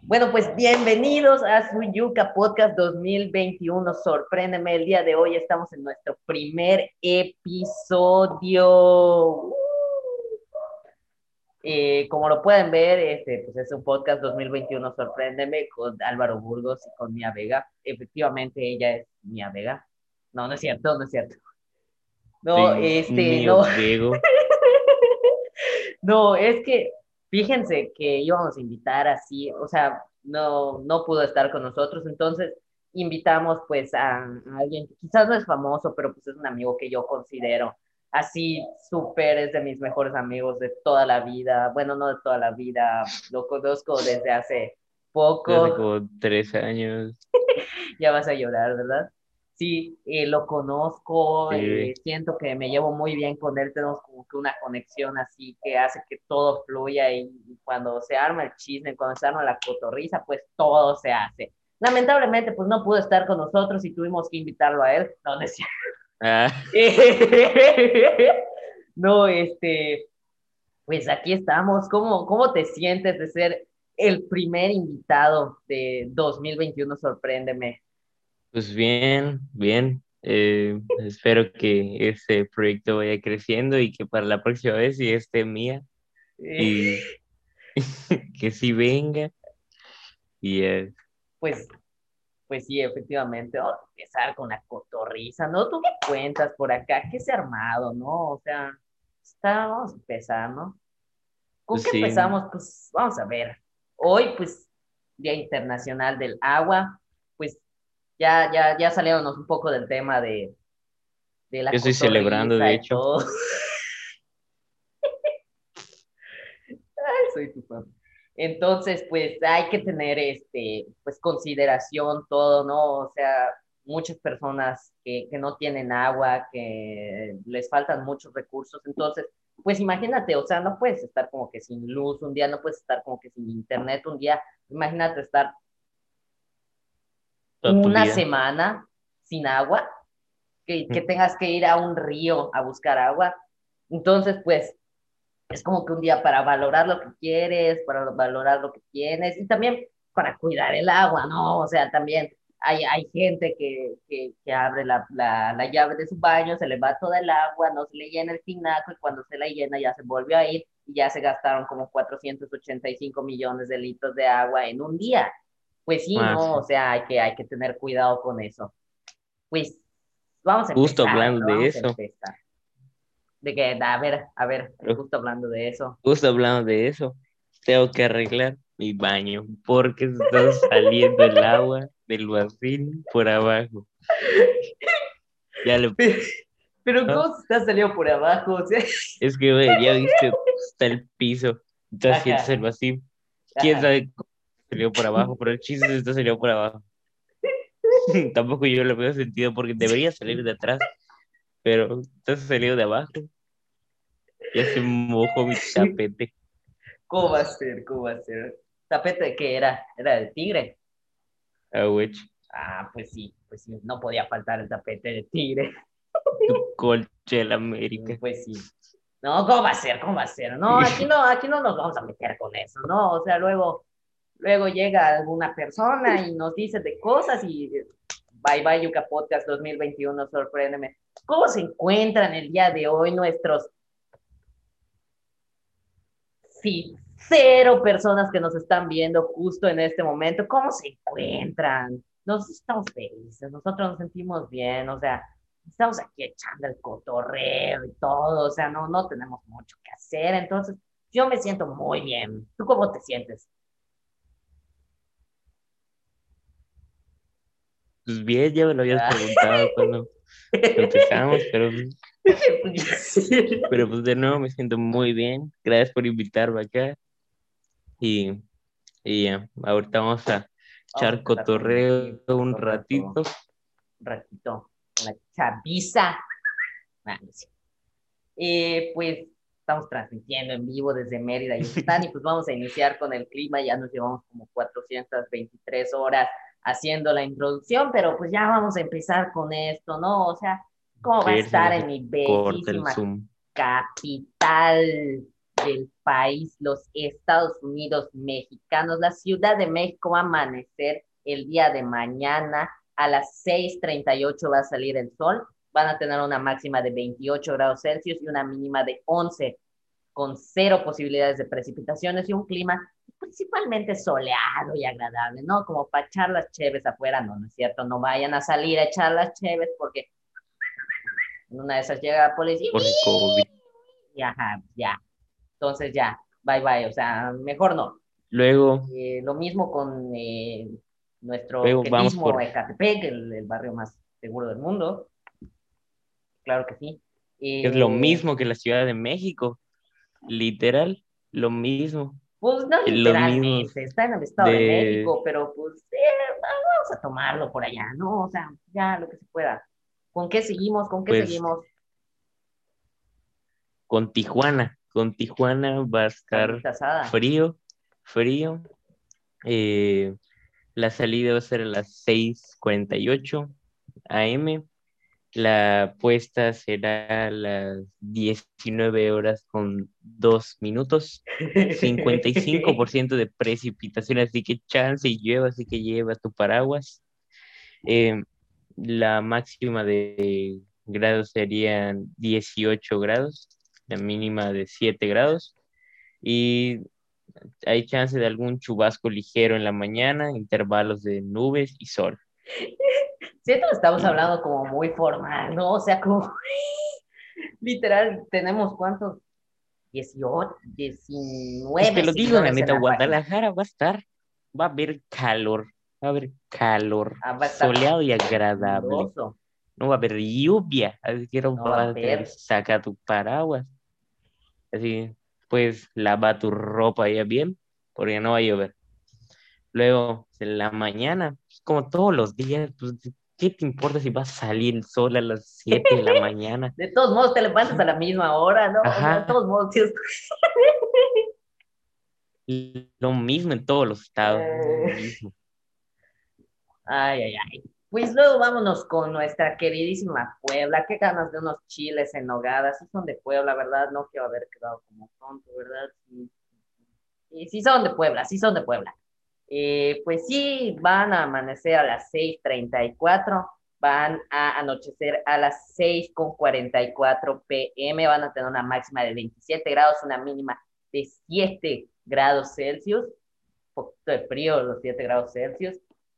Bueno, pues bienvenidos a su Yuca Podcast 2021. Sorpréndeme, el día de hoy estamos en nuestro primer episodio. Como lo pueden ver, pues es un podcast 2021 Sorpréndeme con Álvaro Burgos y con Mía Vega. Efectivamente, ella es Mía Vega. No, no es cierto, no es cierto. No, Soy no. mío Vego. No, es que fíjense que íbamos a invitar así, o sea, no pudo estar con nosotros, entonces invitamos pues a alguien que quizás no es famoso, pero pues es un amigo que yo considero así súper, es de mis mejores amigos de toda la vida, bueno, no de toda la vida, lo conozco desde hace Hace poco. como 3 años. Ya vas a llorar, ¿verdad? Sí, lo conozco, eh, siento que me llevo muy bien con él, tenemos como que una conexión así que hace que todo fluya y cuando se arma el chisme, cuando se arma la cotorriza, pues todo se hace. Lamentablemente, pues no pudo estar con nosotros y tuvimos que invitarlo a él. No, no es cierto. ah, No, pues aquí estamos. ¿Cómo te sientes de ser el primer invitado de 2021? Sorpréndeme. pues bien, bien. Espero que este proyecto vaya creciendo y que para la próxima vez sí esté mía Eh, y que sí venga. Y Pues, pues sí, efectivamente, vamos a empezar con la cotorriza, ¿no? ¿Tú qué cuentas por acá? ¿Qué se ha armado, no? O sea, vamos a empezar, ¿no? ¿Con pues qué sí, empezamos? Pues vamos a ver. Hoy, pues, Día Internacional del Agua, pues ya saliéndonos un poco del tema de yo la estoy celebrando, cotorriza de y hecho. todo. Ay, soy tu fan. Entonces, pues hay que tener pues consideración todo, ¿no? O sea, muchas personas que no tienen agua, que les faltan muchos recursos. Entonces, pues imagínate, o sea, no puedes estar como que sin luz un día, no puedes estar como que sin internet un día. Imagínate estar Toda tu una vida. semana sin agua, que tengas que ir a un río a buscar agua. Entonces, pues es como que un día para valorar lo que quieres, para valorar lo que tienes y también para cuidar el agua, ¿no? O sea, también hay gente que abre la llave de su baño, se le va toda el agua, no se le llena el tinaco y cuando se la llena ya se volvió a ir y ya se gastaron como 485 millones de litros de agua en un día. Pues sí, Ah, ¿no? O sí. sea, hay que tener cuidado con eso. Pues vamos a Justo empezar, hablando bro, de vamos a eso. empezar. De que, a ver, justo hablando de eso. Justo hablando de eso, tengo que arreglar mi baño porque se está saliendo el agua del vacío por abajo. Ya le... Pero ¿no? ¿cómo se está saliendo por abajo? O sea, Es que, güey, ya viste, está el piso, entonces sientes ajá, el vacío. Quién ajá. sabe cómo salió por abajo, pero el chiste es que está saliendo por abajo. Tampoco yo lo veo sentido porque debería salir de atrás, pero está saliendo de abajo. Ya se mojó mi tapete. ¿Cómo va a ser? ¿Cómo va a ser? ¿Tapete de qué era? ¿Era de tigre? Ah, güey, Ah, pues sí, no podía faltar el tapete de tigre. tu colcha de la América. Pues sí. No, ¿cómo va a ser? ¿Cómo va a ser? No, aquí no nos vamos a meter con eso, ¿no? O sea, luego llega alguna persona y nos dice de cosas y bye bye Yuca Podcast 2021, sorpréndeme. ¿Cómo se encuentran el día de hoy nuestros sí, cero personas que nos están viendo justo en este momento? ¿Cómo se encuentran? Nosotros estamos felices, nosotros nos sentimos bien, o sea, estamos aquí echando el cotorreo y todo, o sea, no tenemos mucho que hacer, entonces yo me siento muy bien. ¿Tú cómo te sientes? Pues bien, ya me lo habías Ah, preguntado cuando empezamos, pero pues de nuevo me siento muy bien. Gracias por invitarme acá y, y ya, ahorita vamos a Vamos a echar empezar con el cotorreo team, un cotorreo todo, ratito. un ratito, con la chaviza. Nah, no es cierto. Pues estamos transmitiendo en vivo desde Mérida, Yucatán, y pues vamos a iniciar con el clima. Ya nos llevamos como 423 horas haciendo la introducción, pero pues ya vamos a empezar con esto, ¿no? O sea, ¿cómo va a Ver si estar no en se mi corta el bellísima Zoom. capital del país, los Estados Unidos mexicanos. La Ciudad de México va a amanecer el día de mañana a las 6:38 va a salir el sol. Van a tener una máxima de 28 grados Celsius y una mínima de 11, con cero posibilidades de precipitaciones y un clima principalmente soleado y agradable, ¿no? Como para echar las cheves afuera, no, no es cierto, no vayan a salir a echar las cheves porque en una de esas llega la policía Por el COVID. y ajá, ya, entonces ya, bye bye, o sea, mejor no. Luego, Lo mismo con nuestro luego vamos queridísimo por, Ecatepec, el barrio más seguro del mundo, claro que sí. es lo Eh, mismo que la Ciudad de México, literal, lo mismo. pues no Los mismos literalmente, está en el Estado de de, México, pero pues vamos a tomarlo por allá, ¿no? O sea, ya lo que se pueda. ¿Con qué seguimos? ¿Con qué pues, seguimos? con Tijuana. Con Tijuana va a estar Carnita asada. frío, frío. Eh, la salida va a ser a las 6:48 AM. La puesta será a las 19:02. 55% de precipitación, así que chance y llueva, así que lleva tu paraguas. Eh, la máxima de grados serían 18 grados, la mínima de 7 grados. Y hay chance de algún chubasco ligero en la mañana, intervalos de nubes y sol. Siento que estamos hablando como muy formal, ¿no? O sea, como literal, tenemos cuántos, 18, Pues 19 te lo digo, la seguidores en neta, la página. Guadalajara va a haber calor, va a haber calor, Ah, va a estar soleado y agradable. caluroso, No va a haber lluvia, así que no no va a vas a tener que haber. sacar tu paraguas. Así, pues lava tu ropa ya bien, porque no va a llover. Luego, en la mañana, pues, como todos los días, pues, ¿qué te importa si va a salir el sol a las 7 de la mañana? De todos modos, te levantas a la misma hora, ¿no? O sea, de Ajá, todos modos, sí lo mismo en todos los estados, lo eh, mismo. ay, ay, ay. Pues luego vámonos con nuestra queridísima Puebla. Qué ganas de unos chiles en nogada. Sí son de Puebla, ¿verdad? No quiero haber quedado como tonto, ¿verdad? Sí, y sí son de Puebla, sí son de Puebla. Pues sí, van a amanecer a las 6:34, van a anochecer a las 6:44 p.m., van a tener una máxima de 27 grados, una mínima de 7 grados Celsius, un poquito de frío, los 7 grados Celsius,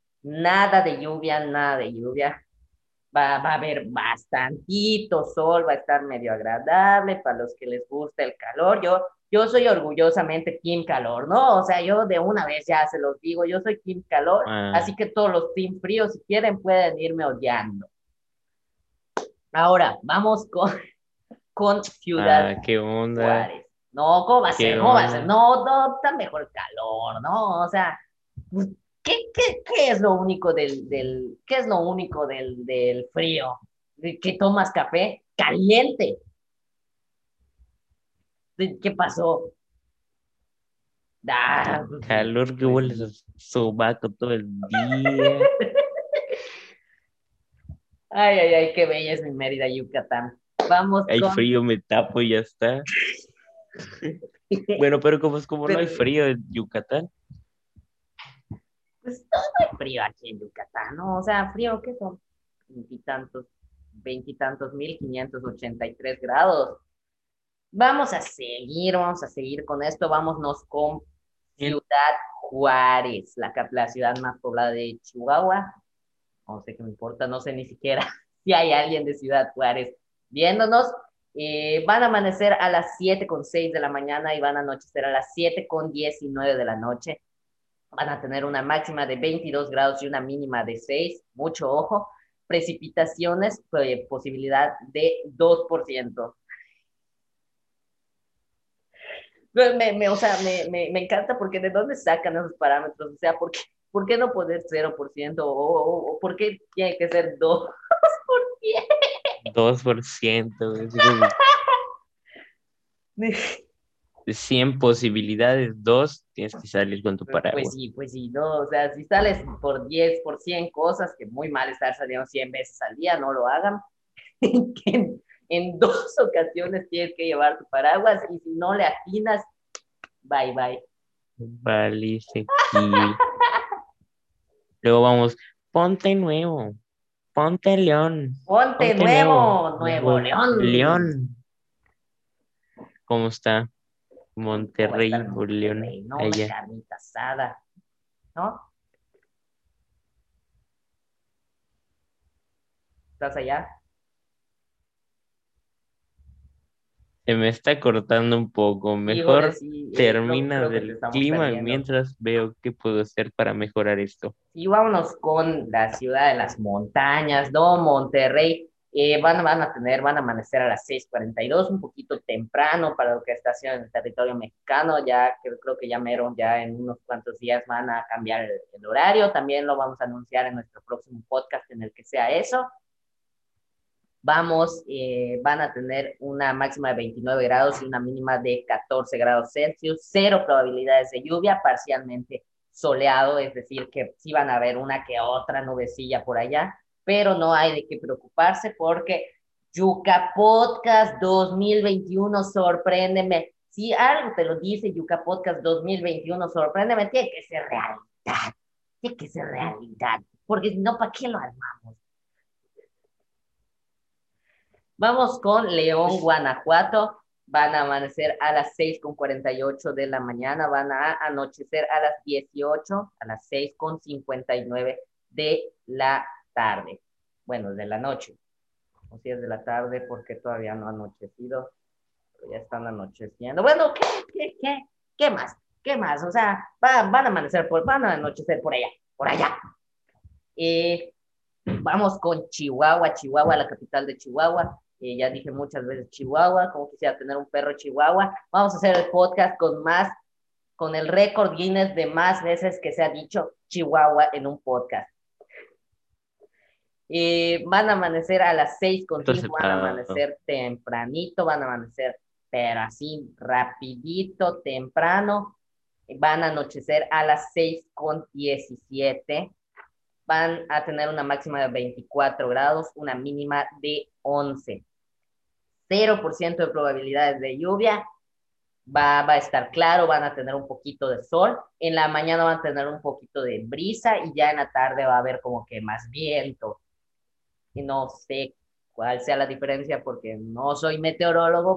nada de lluvia, va a haber bastantito sol, va a estar medio agradable para los que les gusta el calor. Yo soy orgullosamente Team Calor, ¿no? O sea, yo de una vez ya se los digo, yo soy Team Calor, Ah, así que todos los Team Fríos, si quieren, pueden irme odiando. Ahora, vamos con Ciudad ¿qué onda? Juárez. No, ¿cómo va a ser? ¿Qué ¿Cómo va a ser? onda? No, no, está mejor el calor, ¿no? O sea, pues, qué es lo único qué es lo único del frío? ¿Que tomas café caliente? ¿Qué pasó? Ah, Calor que pues huele a sí. sobaco todo el día. Ay, ay, ay, qué bella es mi Mérida, Yucatán. Vamos Hay con... frío, me tapo y ya está. Bueno, pero como no hay Pero, frío en Yucatán, pues todo hay frío aquí en Yucatán, ¿no? O sea, frío, ¿qué son? Veintitantos, veintitantos mil, 583 grados. Vamos a seguir con esto. Vámonos con bien, Ciudad Juárez, la ciudad más poblada de Chihuahua. No sé qué me importa, no sé ni siquiera si hay alguien de Ciudad Juárez viéndonos. Van a amanecer a las 7:06 de la mañana y van a anochecer a las 7:19 de la noche. Van a tener una máxima de 22 grados y una mínima de 6. Mucho ojo. Precipitaciones, posibilidad de 2%. O sea, me encanta porque de dónde sacan esos parámetros. O sea, por qué no poder 0% o por qué tiene que ser 2%? 2%, güey, así como de 100 posibilidades, dos tienes que salir con tu paraguas. Pues sí, no, o sea, si sales por 10, por 100 cosas, que muy mal estar saliendo 100 veces al día, no lo hagan. En 2 ocasiones tienes que llevar tu paraguas y si no le atinas, bye bye. Vale, kiwi. Luego vamos, ponte nuevo, ponte león, Ponte ponte nuevo, Nuevo León. León. ¿Cómo está ¿Cómo va a Monterrey estar o León Monterrey? No, una allá? carnita asada, ¿no? ¿Estás allá? Se me está cortando un poco. Híjole, Mejor sí, termina creo que te del estamos clima perdiendo. mientras veo qué puedo hacer para mejorar esto. Sí, vámonos con la ciudad de las montañas, ¿no? Monterrey. Van a amanecer a las 6:42, un poquito temprano para lo que está haciendo en el territorio mexicano. Ya creo que ya mero, ya en unos cuantos días van a cambiar el horario. También lo vamos a anunciar en nuestro próximo podcast en el que sea eso. Van a tener una máxima de 29 grados y una mínima de 14 grados Celsius, cero probabilidades de lluvia, parcialmente soleado, es decir, que sí van a haber una que otra nubecilla por allá, pero no hay de qué preocuparse porque Yuca Podcast 2021, sorpréndeme. Si algo te lo dice Yuca Podcast 2021, sorpréndeme, tiene que ser realidad, tiene que ser realidad, porque si no, ¿para qué lo armamos? Vamos con León, Guanajuato. Van a amanecer a las 6:48 de la mañana. Van a anochecer a las 18, a las 6:59 de la tarde. Bueno, de la noche. O si es de la tarde porque todavía no ha anochecido, pero ya están anocheciendo. Bueno, ¿qué más? ¿Qué más? O sea, van a anochecer por allá, por allá. Eh, Vamos con Chihuahua, la capital de Chihuahua. Ya dije muchas veces Chihuahua, como quisiera tener un perro Chihuahua. Vamos a hacer el podcast con el récord Guinness de más veces que se ha dicho Chihuahua en un podcast. Van a amanecer a las 6:05, van a Separado. amanecer tempranito, van a amanecer, pero así rapidito, temprano. Van a anochecer a las 6:17. Van a tener una máxima de 24 grados, una mínima de 11. 0% de probabilidades de lluvia. Va a estar claro, van a tener un poquito de sol. En la mañana van a tener un poquito de brisa y ya en la tarde va a haber como que más viento. Y no sé cuál sea la diferencia porque no soy meteorólogo,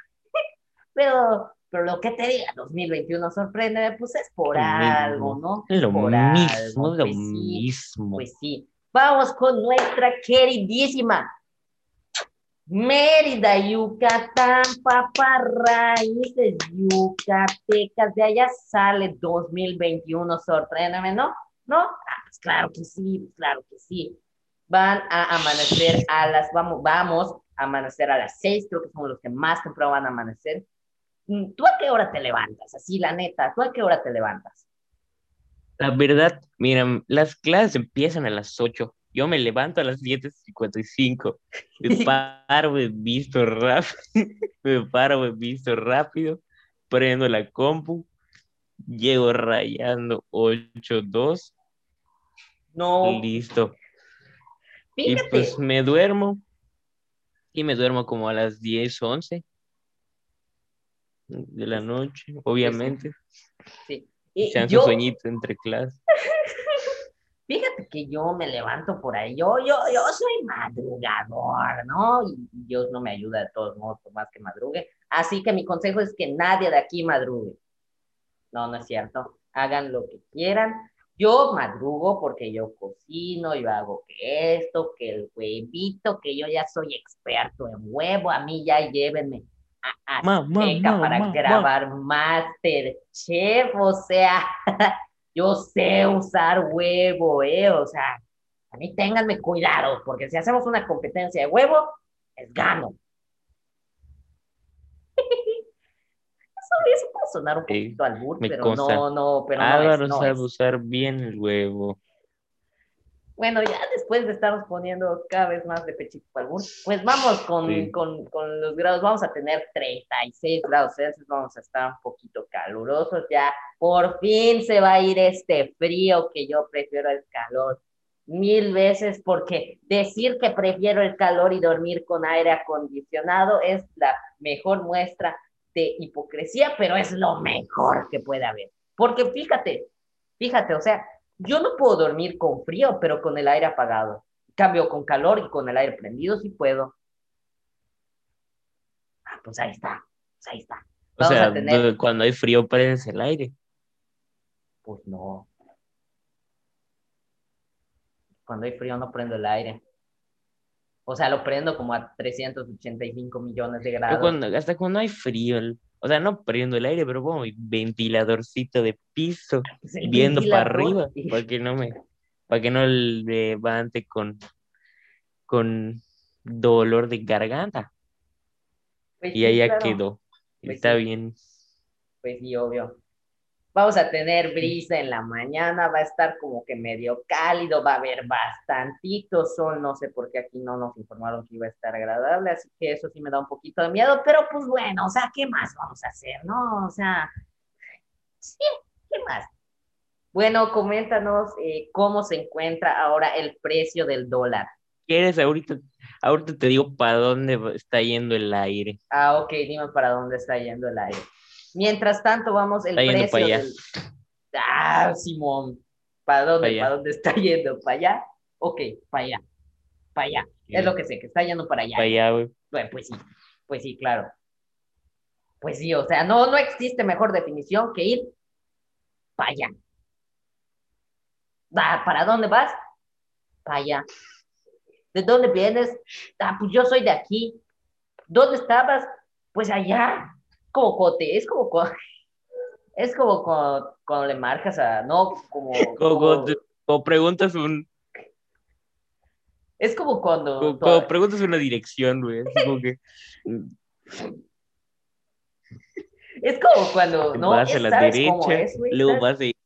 pero lo que te diga, 2021 sorprende, pues es por Lo algo, mismo, ¿no? Es lo por mismo, algo. lo Pues sí, mismo. pues sí. Vamos con nuestra queridísima Mérida, Yucatán, papá, raíces yucatecas, de allá sale 2021, sorpréndeme, ¿no? ¿No? Pues claro que sí, pues claro que sí. Van a amanecer vamos a amanecer a las 6, creo que son los que más temprano van a amanecer. ¿Tú a qué hora te levantas? Así, la neta, ¿tú a qué hora te levantas? La verdad, mira, las clases empiezan a las 8. Yo me levanto a las 7:55. Me paro, me visto rápido. Me paro, me visto rápido. Prendo la compu. Llego rayando 8:02. No, Listo. Y pues fíjate. me duermo. Y me duermo como a las 10, 11 de la Pues, noche, pues sí, obviamente. sí. Y Chance un yo, sueñito entre clases. fíjate que yo me levanto por ahí, yo soy madrugador, ¿no? Y Dios no me ayuda de todos modos, por más que madrugue. Así que mi consejo es que nadie de aquí madrugue. No, no es cierto. Hagan lo que quieran. Yo madrugo porque yo cocino, yo hago que esto, que el huevito, que yo ya soy experto en huevo. A mí ya llévenme a Azteca para Ma. grabar Masterchef. O sea, yo sé usar huevo, O sea, a mí ténganme cuidado, porque si hacemos una competencia de huevo, es gano. Eso puede sonar un Eh, poquito albur, Me pero consta. pero no es, Álvaro no sabe es. usar bien el huevo. Bueno, ya después de estarnos poniendo cada vez más de pechito para albur, pues vamos Sí. con los grados. Vamos a tener 36 grados Celsius, vamos a estar un poquito calurosos. Ya por fin se va a ir este frío que yo prefiero el calor. mil veces, porque decir que prefiero el calor y dormir con aire acondicionado es la mejor muestra de hipocresía, pero es lo mejor que puede haber. Porque fíjate, o sea, yo no puedo dormir con frío, pero con el aire apagado. Cambio con calor y con el aire prendido sí puedo. Ah, pues ahí está, pues ahí está. O Vamos a sea, tener, cuando hay frío, prendes el aire. pues no, cuando hay frío no prendo el aire. O sea, lo prendo como a 385 millones de Yo grados. hasta cuando hay frío, o sea, no prendo el aire, pero pongo mi ventiladorcito de piso Pues el viendo para ventilador. arriba, para que no levante con dolor de garganta. Pues Y sí, allá claro. quedó. Pues Está sí, bien. pues sí, obvio. Vamos a tener brisa en la mañana, va a estar como que medio cálido, va a haber bastantito sol, no sé por qué aquí no nos informaron que iba a estar agradable, así que eso sí me da un poquito de miedo, pero pues bueno, o sea, ¿qué más vamos a hacer, no? O sea, sí, ¿qué más? Bueno, coméntanos cómo se encuentra ahora el precio del dólar. ¿Quieres ahorita te digo para dónde está yendo el aire? Ah, ok, dime para dónde está yendo el aire. Mientras tanto, vamos, Está el yendo para precio allá, del... Ah, Simón, ¿para para dónde? ¿Para allá. dónde está yendo? ¿Para allá? Ok, para allá, para allá. Es lo Sí, que sé, que está yendo para allá para ya. allá, güey. Bueno, pues sí, claro. Pues sí, o sea, no existe mejor definición que ir para allá. Ah, ¿para dónde vas? Para allá. ¿De dónde vienes? Ah, pues yo soy de aquí. ¿Dónde estabas? Pues allá. Como cote, es como es como cuando le marcas a, no, Como preguntas es como cuando, como preguntas una dirección, güey. Así como que es como cuando, no, vas a la ¿sabes cómo derecha, es, güey? luego ¿Sabes? vas a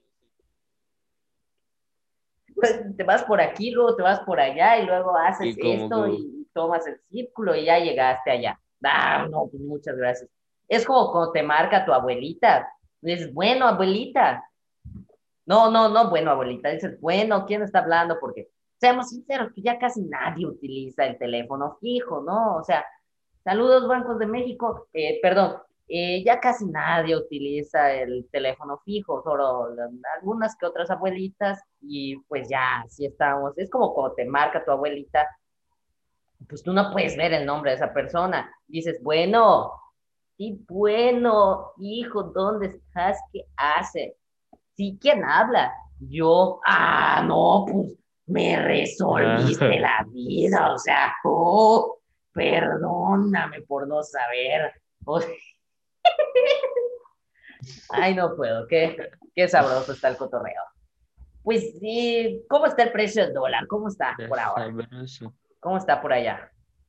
Pues te vas por aquí, luego te vas por allá y luego haces ir esto y tomas el círculo y ya llegaste allá. Ah, no, pues muchas gracias. Es como cuando te marca tu abuelita. Dices, bueno, abuelita. No, bueno, abuelita. Dices, bueno, ¿quién está hablando? Porque, seamos sinceros, que ya casi nadie utiliza el teléfono fijo, ¿no? O sea, saludos, Bancos de México. Perdón, ya casi nadie utiliza el teléfono fijo, solo algunas que otras abuelitas y pues ya, así estamos. Es como cuando te marca tu abuelita, pues tú no puedes ver el nombre de esa persona. Dices, bueno, sí, bueno, hijo, ¿dónde estás? ¿Qué hace? Sí, ¿quién habla? Yo, no, pues me resolviste Ah, la vida, o sea, oh, perdóname por no saber. O ay, no puedo, qué sabroso está el cotorreo. Pues sí, ¿cómo está el precio del dólar? ¿Cómo está está por ahora? sabroso. ¿Cómo está por allá?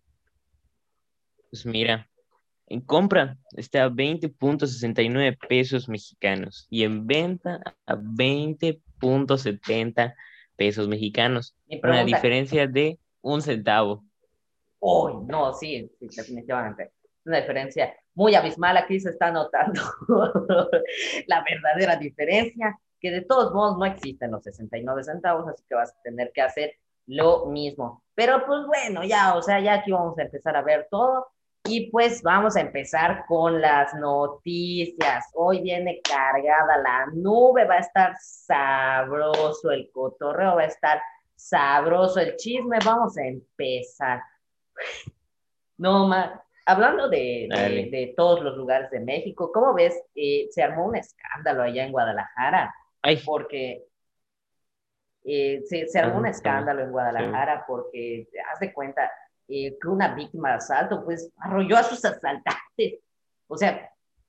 Pues mira, en compra está a 20,69 pesos mexicanos y en venta a 20,70 pesos mexicanos. Mi Una pregunta, diferencia de un centavo. oh, no, sí, sí, definitivamente. Una diferencia muy abismal. Aquí se está notando la verdadera diferencia, que de todos modos no existen los 69 centavos, así que vas a tener que hacer lo mismo. Pero pues bueno, ya, o sea, ya aquí vamos a empezar a ver todo. Y pues vamos a empezar con las noticias. Hoy viene cargada la nube, va a estar sabroso el cotorreo, va a estar sabroso el chisme. Vamos a empezar. No, hablando Dale. de todos los lugares de México, ¿cómo ves? Se armó un escándalo allá en Guadalajara, Ay, porque se armó un cántame. escándalo en Sí. Guadalajara porque, haz de cuenta, que una víctima de asalto, pues, arrolló a sus asaltantes. O sea,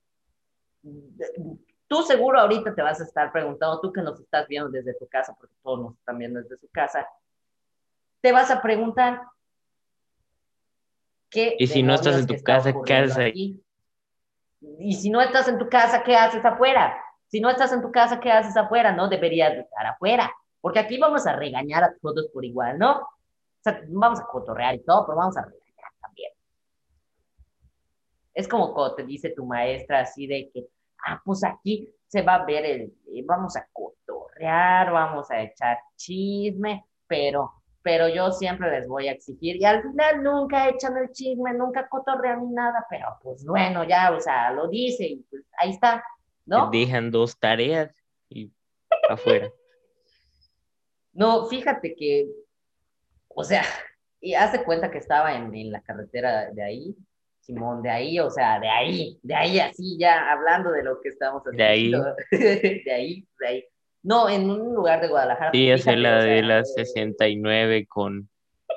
tú seguro ahorita te vas a estar preguntando, tú que nos estás viendo desde tu casa, porque todos nos están viendo desde su casa, te vas a preguntar, ¿qué Y si no estás demonios en tu está casa, ¿qué ocurriendo haces ahí? aquí? Y si no estás en tu casa, ¿qué haces afuera? Si no estás en tu casa, ¿qué haces afuera? No deberías estar afuera, porque aquí vamos a regañar a todos por igual, ¿no? O sea, vamos a cotorrear y todo, pero vamos a regañar también. Es como cuando te dice tu maestra así de que, pues aquí se va a ver vamos a cotorrear, vamos a echar chisme, pero yo siempre les voy a exigir y al final nunca echan el chisme, nunca cotorrean ni nada, pero pues bueno, ya, o sea, lo dice y pues ahí está, Te ¿no? dejan 2 tareas y afuera. No, fíjate que, o sea, y hace cuenta que estaba en la carretera de ahí, Simón, de ahí, o sea, de ahí así ya hablando de lo que estamos De haciendo, ahí, de ahí, de ahí. No, en un lugar de Guadalajara, sí, hacer fíjate, la o de sea, las 69 con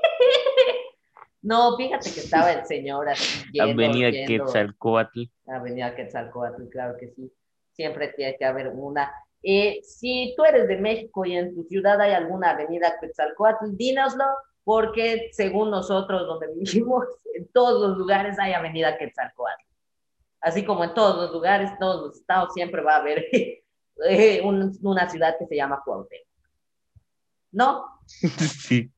no, fíjate que estaba el señor así Avenida yendo, Quetzalcóatl. Avenida Quetzalcóatl, claro que sí, siempre tiene que haber una. Si tú eres de México y en tu ciudad hay alguna Avenida Quetzalcóatl, dínoslo, porque según nosotros donde vivimos, en todos los lugares hay Avenida Quetzalcóatl. Así como en todos los lugares, todos los estados siempre va a haber una ciudad que se llama Cuauhtémoc. ¿No? Sí.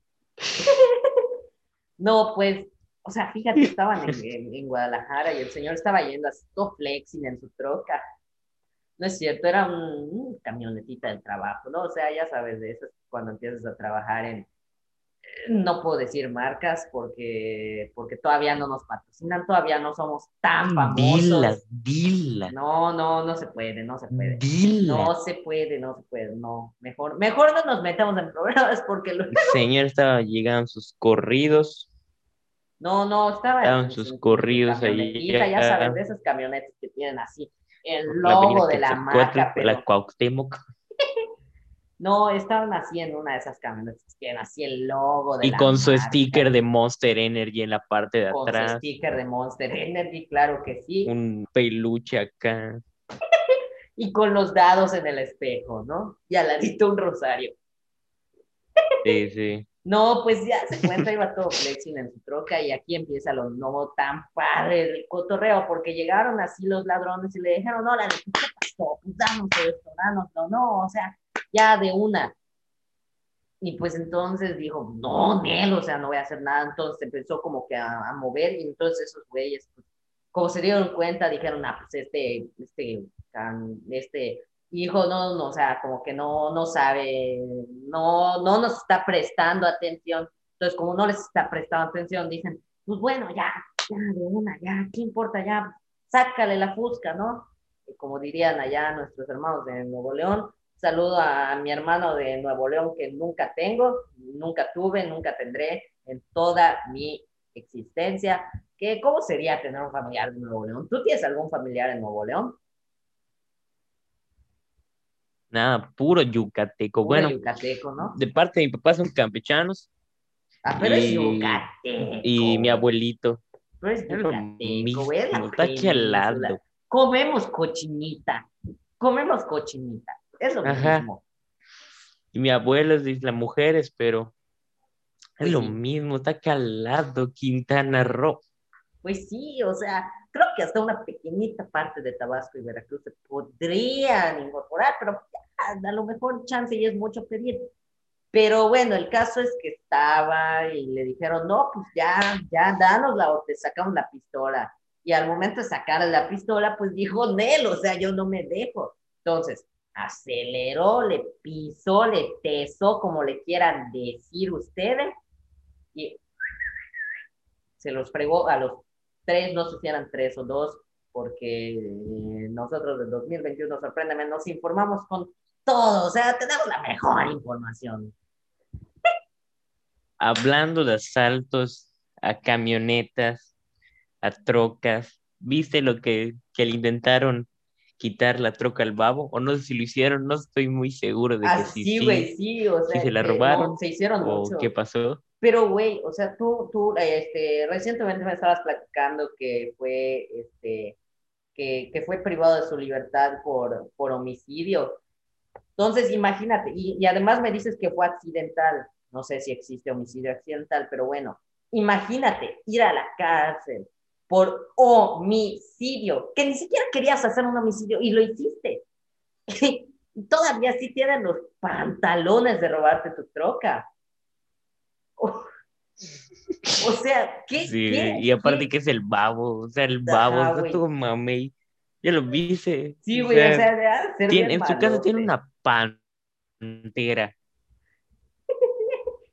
No, pues, o sea, fíjate, estaban en Guadalajara y el señor estaba yendo así todo flexing en su troca. No es cierto, era un camionetita del trabajo, ¿no? O sea, ya sabes de esas cuando empiezas a trabajar en, no puedo decir marcas porque todavía no nos patrocinan, todavía no somos tan Dilas, famosos. dilas, No, no, no se puede, no se puede. dilas. No se puede, no se puede, no. Mejor no nos metemos en problemas porque El señor estaba llegando sus corridos, no, no, estaba estaban sus en su corridos camionetita, ya sabes, de allá esas camionetas que tienen así el por la avenida logo de la Quetzalcóatl, marca, por la pero Cuauhtémoc, no, estaban así en una de esas camionetas que tienen así el logo de y la con su marca, sticker de Monster Energy en la parte de con su atrás, sticker de Monster Energy, claro que sí, un peluche acá. y con los dados en el espejo, ¿no? Y al ladito un rosario. Sí, sí. No, pues ya se cuenta, iba todo flexing en su troca y aquí empieza lo no tan padre del cotorreo, porque llegaron así los ladrones y le dijeron, no, ¿qué pasó? Pues danos esto, dánoslo, no, o sea, ya de una. Y pues entonces dijo, no, Nel, o sea, no voy a hacer nada. Entonces empezó como que a mover y entonces esos güeyes, pues, como se dieron cuenta, dijeron, ah, pues este hijo no, no, o sea, como que no, no sabe, no, no nos está prestando atención. Entonces, como no les está prestando atención, dicen, pues bueno, ya, de una, ya, ¿qué importa? Ya, sácale la fusca, ¿no? Y como dirían allá nuestros hermanos de Nuevo León, saludo a mi hermano de Nuevo León que nunca tengo, nunca tuve, nunca tendré en toda mi existencia. ¿Cómo sería tener un familiar de Nuevo León? ¿Tú tienes algún familiar en Nuevo León? Nada, puro yucateco. Puro Bueno, yucateco, ¿no? de parte de mi papá son campechanos Ah, pero es y, y mi yucateco. abuelito. Pero es Es lo yucateco, güey, es mismo, la está aquí al península. lado. Comemos cochinita, comemos cochinita, es lo Ajá. mismo. Y mi abuelo es de Isla Mujeres, pero es Pues lo sí, mismo, está aquí al lado, Quintana Roo. pues sí, o sea, creo que hasta una pequeñita parte de Tabasco y Veracruz se podrían incorporar, pero ya, a lo mejor chance y es mucho pedir. Pero bueno, el caso es que estaba y le dijeron, no, pues ya, danosla o te sacamos la pistola. Y al momento de sacarle la pistola, pues dijo, Nel, o sea, yo no me dejo. Entonces, aceleró, le pisó, le tesó, como le quieran decir ustedes, y se los fregó a los tres, no sé si eran tres o dos, porque nosotros del 2021, sorpréndeme, nos informamos con todo, o sea, tenemos la mejor información. Hablando de asaltos a camionetas, a trocas, ¿viste lo que le intentaron quitar la troca al babo? O no sé si lo hicieron, no estoy muy seguro de que sí, Así, sí, güey, sí, o sí sea, se la no, robaron se hicieron o qué mucho. pasó. Pero, güey, o sea, recientemente me estabas platicando que fue, que fue privado de su libertad por homicidio. Entonces, imagínate, y además me dices que fue accidental. No sé si existe homicidio accidental, pero bueno, imagínate ir a la cárcel por homicidio, que ni siquiera querías hacer un homicidio y lo hiciste. Y todavía sí tienen los pantalones de robarte tu troca. O, o sea, Sí, y aparte que es el babo, o sea, el babo Ajá, está güey. todo mamey. Ya lo viste, Sí, o güey, o sea, sea, de ser tiene, bien en su casa tiene malote. una pantera.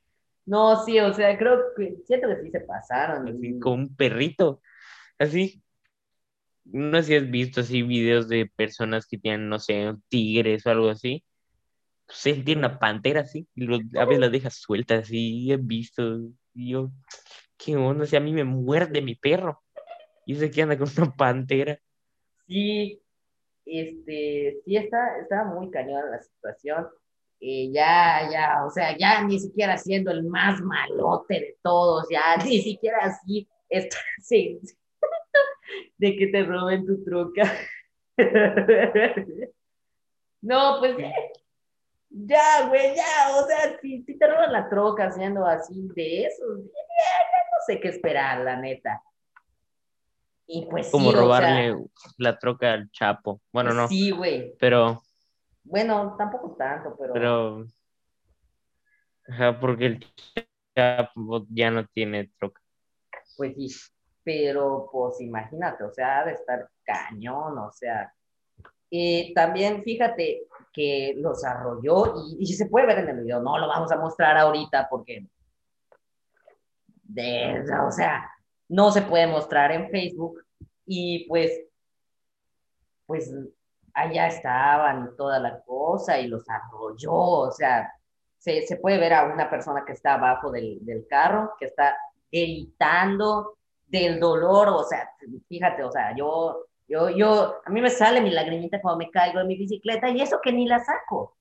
No, sí, o sea, creo que siento que sí se pasaron. así como un perrito, así. No sé si has visto así videos de personas que tienen, no sé, tigres o algo así. Pues él tiene una pantera así, y a veces la deja suelta así, he visto. Y yo, ¿qué onda? Si a mí me muerde mi perro. Y sé que anda con una pantera. Sí, sí está muy cañón la situación. Ya, o sea, ya ni siquiera siendo el más malote de todos, ya ni siquiera así, está, sí, de que te roben tu troca. No, pues ya, güey, ya, o sea, si te roban la troca haciendo así de eso, no sé qué esperar, la neta. Y pues Como sí, o sea, robarle la troca al Chapo. Bueno, no, sí, güey. pero, Bueno, tampoco tanto, pero pero, ajá, porque el Chapo ya no tiene troca. pues sí. Pero pues imagínate, o sea, ha de estar cañón, o sea. Y también fíjate que los arrolló y se puede ver en el video, no lo vamos a mostrar ahorita porque, o sea, no se puede mostrar en Facebook y pues allá estaban y toda la cosa y los arrolló, o sea, se puede ver a una persona que está abajo del carro, que está gritando del dolor, o sea, fíjate, o sea, a mí me sale mi lagrimita cuando me caigo de mi bicicleta y eso que ni la saco,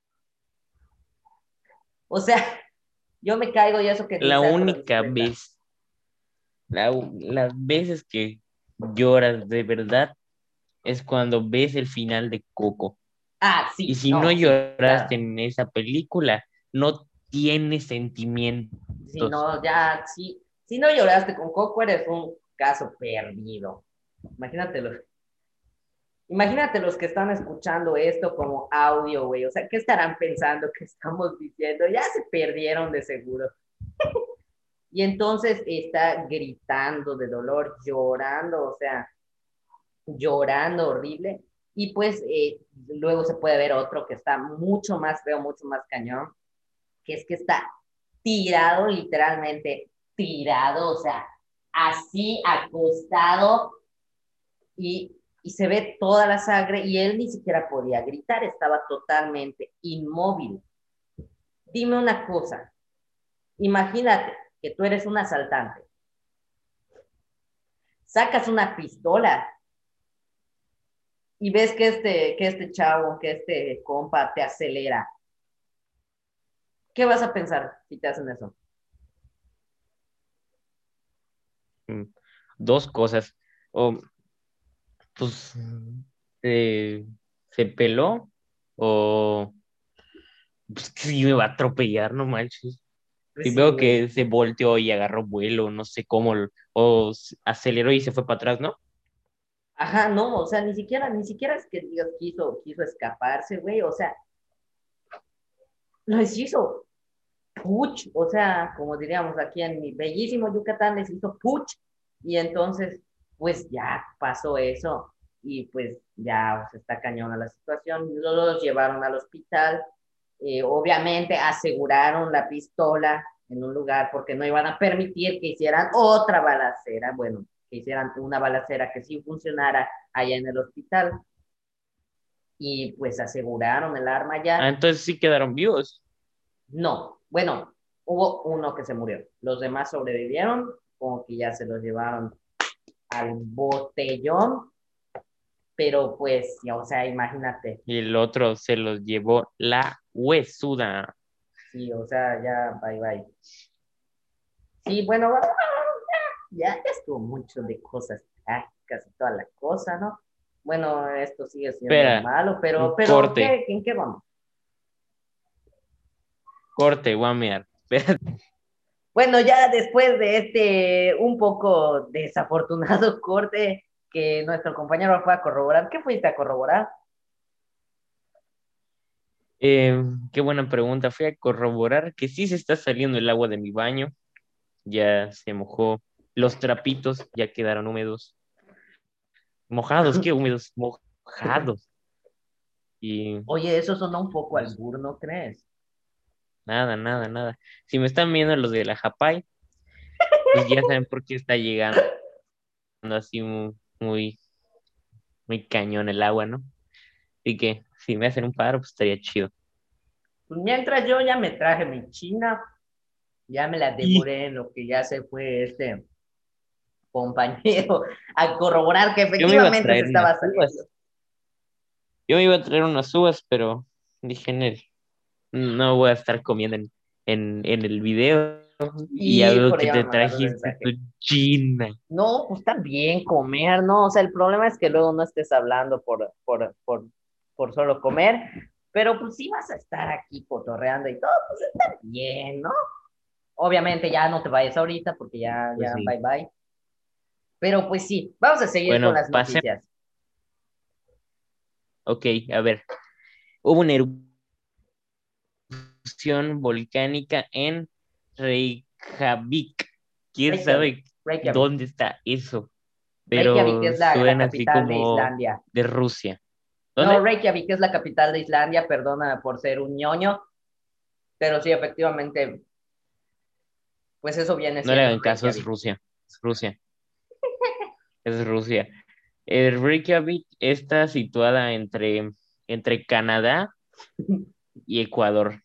o sea, yo me caigo y eso que ni La saco la única bicicleta. vez, las veces que lloras de verdad es cuando ves el final de Coco. Ah, Y sí, si no no, sí, lloraste claro. en esa película, no tienes sentimientos. Si no, ya, si no lloraste con Coco, eres un caso perdido. Imagínatelo. Imagínate los que están escuchando esto como audio, güey. O sea, ¿qué estarán pensando que estamos diciendo? Ya se perdieron de seguro. Y entonces está gritando de dolor, llorando, o sea, llorando horrible. Y pues luego se puede ver otro que está mucho más feo, mucho más cañón, que es que está tirado, literalmente tirado, o sea, así acostado y se ve toda la sangre y él ni siquiera podía gritar, estaba totalmente inmóvil. Dime una cosa, imagínate que tú eres un asaltante, sacas una pistola y ves que este chavo, que este compa te acelera. ¿Qué vas a pensar si te hacen eso? Mm, Dos cosas. O, pues, eh, se peló o pues, sí me va a atropellar, no manches. Si Pues sí, veo güey. que se volteó y agarró vuelo, no sé cómo, o aceleró y se fue para atrás, ¿no? Ajá, no, o sea, ni siquiera es que Dios quiso escaparse, güey, o sea, lo hizo puch, o sea, como diríamos aquí en mi bellísimo Yucatán, les hizo puch, y entonces, pues ya pasó eso, y pues ya se está cañona la situación, los llevaron al hospital, obviamente aseguraron la pistola en un lugar porque no iban a permitir que hicieran otra balacera, bueno, que hicieran una balacera que sí funcionara allá en el hospital, y pues aseguraron el arma Ah, ya. entonces sí quedaron vivos. No, bueno, hubo uno que se murió. Los demás sobrevivieron, como que ya se los llevaron al botellón, pero pues, o sea, imagínate, Y el otro se los llevó la huesuda. sí, o sea, ya, bye bye. Sí, bueno, ya estuvo mucho de cosas trágicas y toda la cosa, ¿no? Bueno, esto sigue siendo Espera, malo, un pero corte, ¿qué? ¿En qué vamos? corte, guamear. Espera, Bueno, ya después de este un poco desafortunado corte que nuestro compañero fue a corroborar, ¿qué fuiste a corroborar? qué buena pregunta. Fui a corroborar que sí se está saliendo el agua de mi baño. Ya se mojó. Los trapitos ya quedaron húmedos. Mojados, ¿qué húmedos? Mojados. Y Oye, eso sonó un poco pues, albur, ¿no crees? nada, nada, nada. Si me están viendo los de la Japay, pues ya saben por qué está llegando así muy, muy cañón el agua, ¿no? Así que si me hacen un paro, pues estaría chido. Pues mientras yo ya me traje mi china, ya me la Y devoré en lo que ya se fue este compañero a corroborar que yo me iba a efectivamente se traer unas estaba saliendo. uvas. Yo me iba a traer unas uvas, pero dije, "Nel, no voy a estar comiendo en el video y ya Y veo por que ella te me mandaron un trajiste tu mensaje. china. No, pues también comer, ¿no? O sea, el problema es que luego no estés hablando por solo comer, pero pues sí vas a estar aquí cotorreando y todo, pues está bien, ¿no? Obviamente ya no te vayas ahorita porque Pues ya, sí. bye bye. Pero pues sí, vamos a seguir con Bueno, las noticias. ok, a ver. Hubo una erupción volcánica en Reykjavik. ¿Quién Reykjavik, sabe Reykjavik. dónde está eso? Reykjavik Pero es la suena así capital de como Islandia. de Rusia. No, ¿Dónde? Reykjavik es la capital de Islandia, perdona por ser un ñoño, pero sí, efectivamente, pues eso viene No le siendo hagan caso, es Reykjavik. Rusia. Es Rusia. Es Rusia. Reykjavik está situada entre Canadá y Ecuador.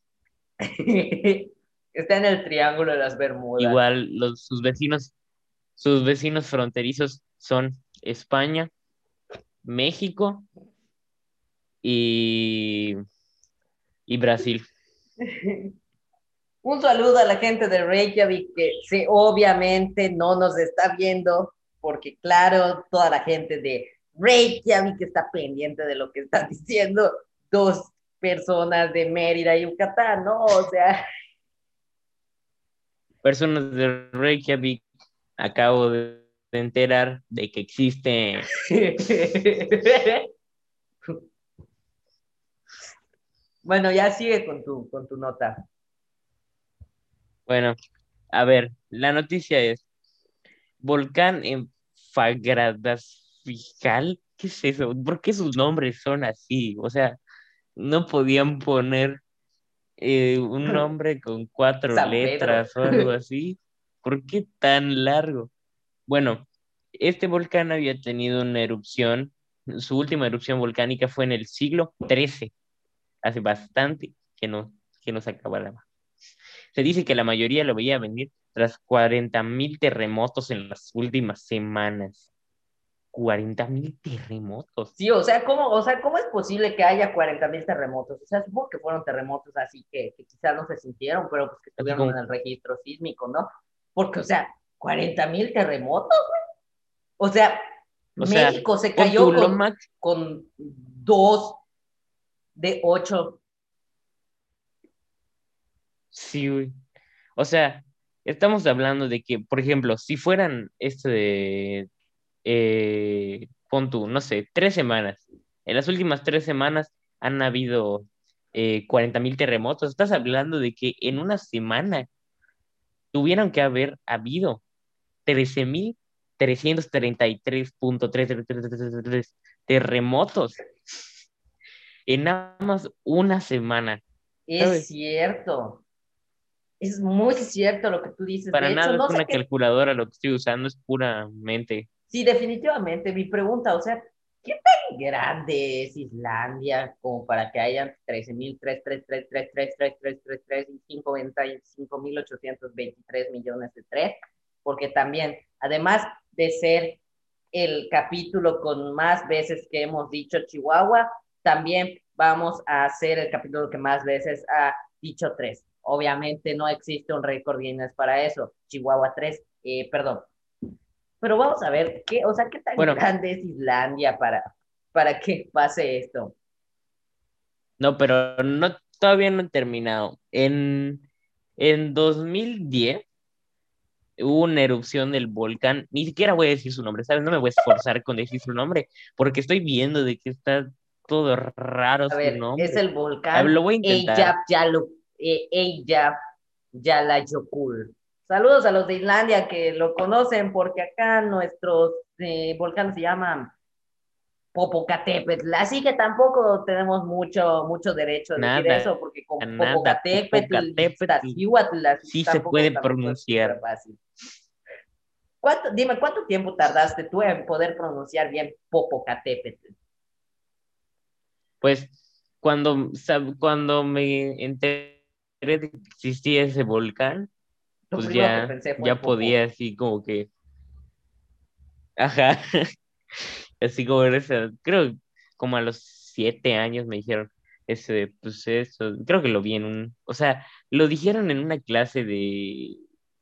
Está en el Triángulo de las Bermudas. Igual sus vecinos fronterizos son España, México y, y Brasil. Un saludo a la gente de Reykjavik que sí, obviamente no nos está viendo, porque claro, toda la gente de Reykjavik está pendiente de lo que están diciendo dos personas de Mérida, Yucatán, ¿no? O sea, Personas de Reykjavik, acabo de enterar de que existe. bueno, ya sigue con tu nota. Bueno, a ver, la noticia es volcán en Fagradalsfjall. ¿Qué es eso? ¿Por qué sus nombres son así? O sea, no podían poner un nombre con cuatro San Pedro. letras o algo así. ¿Por qué tan largo? Bueno, este volcán había tenido una erupción. Su última erupción volcánica fue en el siglo XIII, hace bastante que no se acababa. Se dice que la mayoría lo veía venir tras 40.000 terremotos en las últimas semanas. 40.000 terremotos. Sí, o sea, ¿cómo es posible que haya 40.000 terremotos? O sea, supongo que fueron terremotos así que quizás no se sintieron, pero pues que Así estuvieron en como, el registro sísmico, ¿no? Porque, o sea, 40.000 terremotos. O sea, o sea, México se pon tu cayó lo max, con 2 de 8. sí, güey. O sea, estamos hablando de que, por ejemplo, si fueran pon tú, no sé, 3 semanas. En las últimas 3 semanas han habido 40.000 terremotos. Estás hablando de que en una semana tuvieron que haber habido 13.333.333 terremotos en nada más una semana, Es ¿sabes? cierto. Es muy cierto lo que tú dices. Para De hecho, nada es no sé una qué. calculadora lo que estoy usando, es puramente. Sí, definitivamente. Mi pregunta, o sea, ¿qué tan grande es Islandia como para que hayan 13.000, 333, 333, 333, 333 y 55.823 millones de tres? Porque también, además de ser el capítulo con más veces que hemos dicho Chihuahua, también vamos a hacer el capítulo que más veces ha dicho tres. Obviamente no existe un récord Guinness para eso. Chihuahua 3, perdón, pero vamos a ver qué, o sea, qué tan Bueno, grande es Islandia para que pase esto. no, pero no, todavía no he terminado. En 2010 hubo una erupción del volcán, ni siquiera voy a decir su nombre, ¿sabes? No me voy a esforzar con decir su nombre, porque estoy viendo de que está todo raro A su ver, es nombre. el A ver, volcán lo voy a intentar. Eyjafjallajökull. Saludos a los de Islandia que lo conocen porque acá nuestros volcanes se llaman Popocatépetl, así que tampoco tenemos mucho derecho a decir Nada, eso, porque con nada, Popocatépetl, Popocatépetl Iztaccíhuatl, así sí se puede tampoco es pronunciar. súper fácil. Dime, ¿cuánto tiempo tardaste tú en poder pronunciar bien Popocatépetl? Pues cuando me enteré de que existía ese volcán, Lo pues primero que ya, pensé fue en ya Popó. podía así como que, ajá, así como en esa, creo como a los 7 años me dijeron ese, pues eso, creo que lo vi en o sea, lo dijeron en una clase de,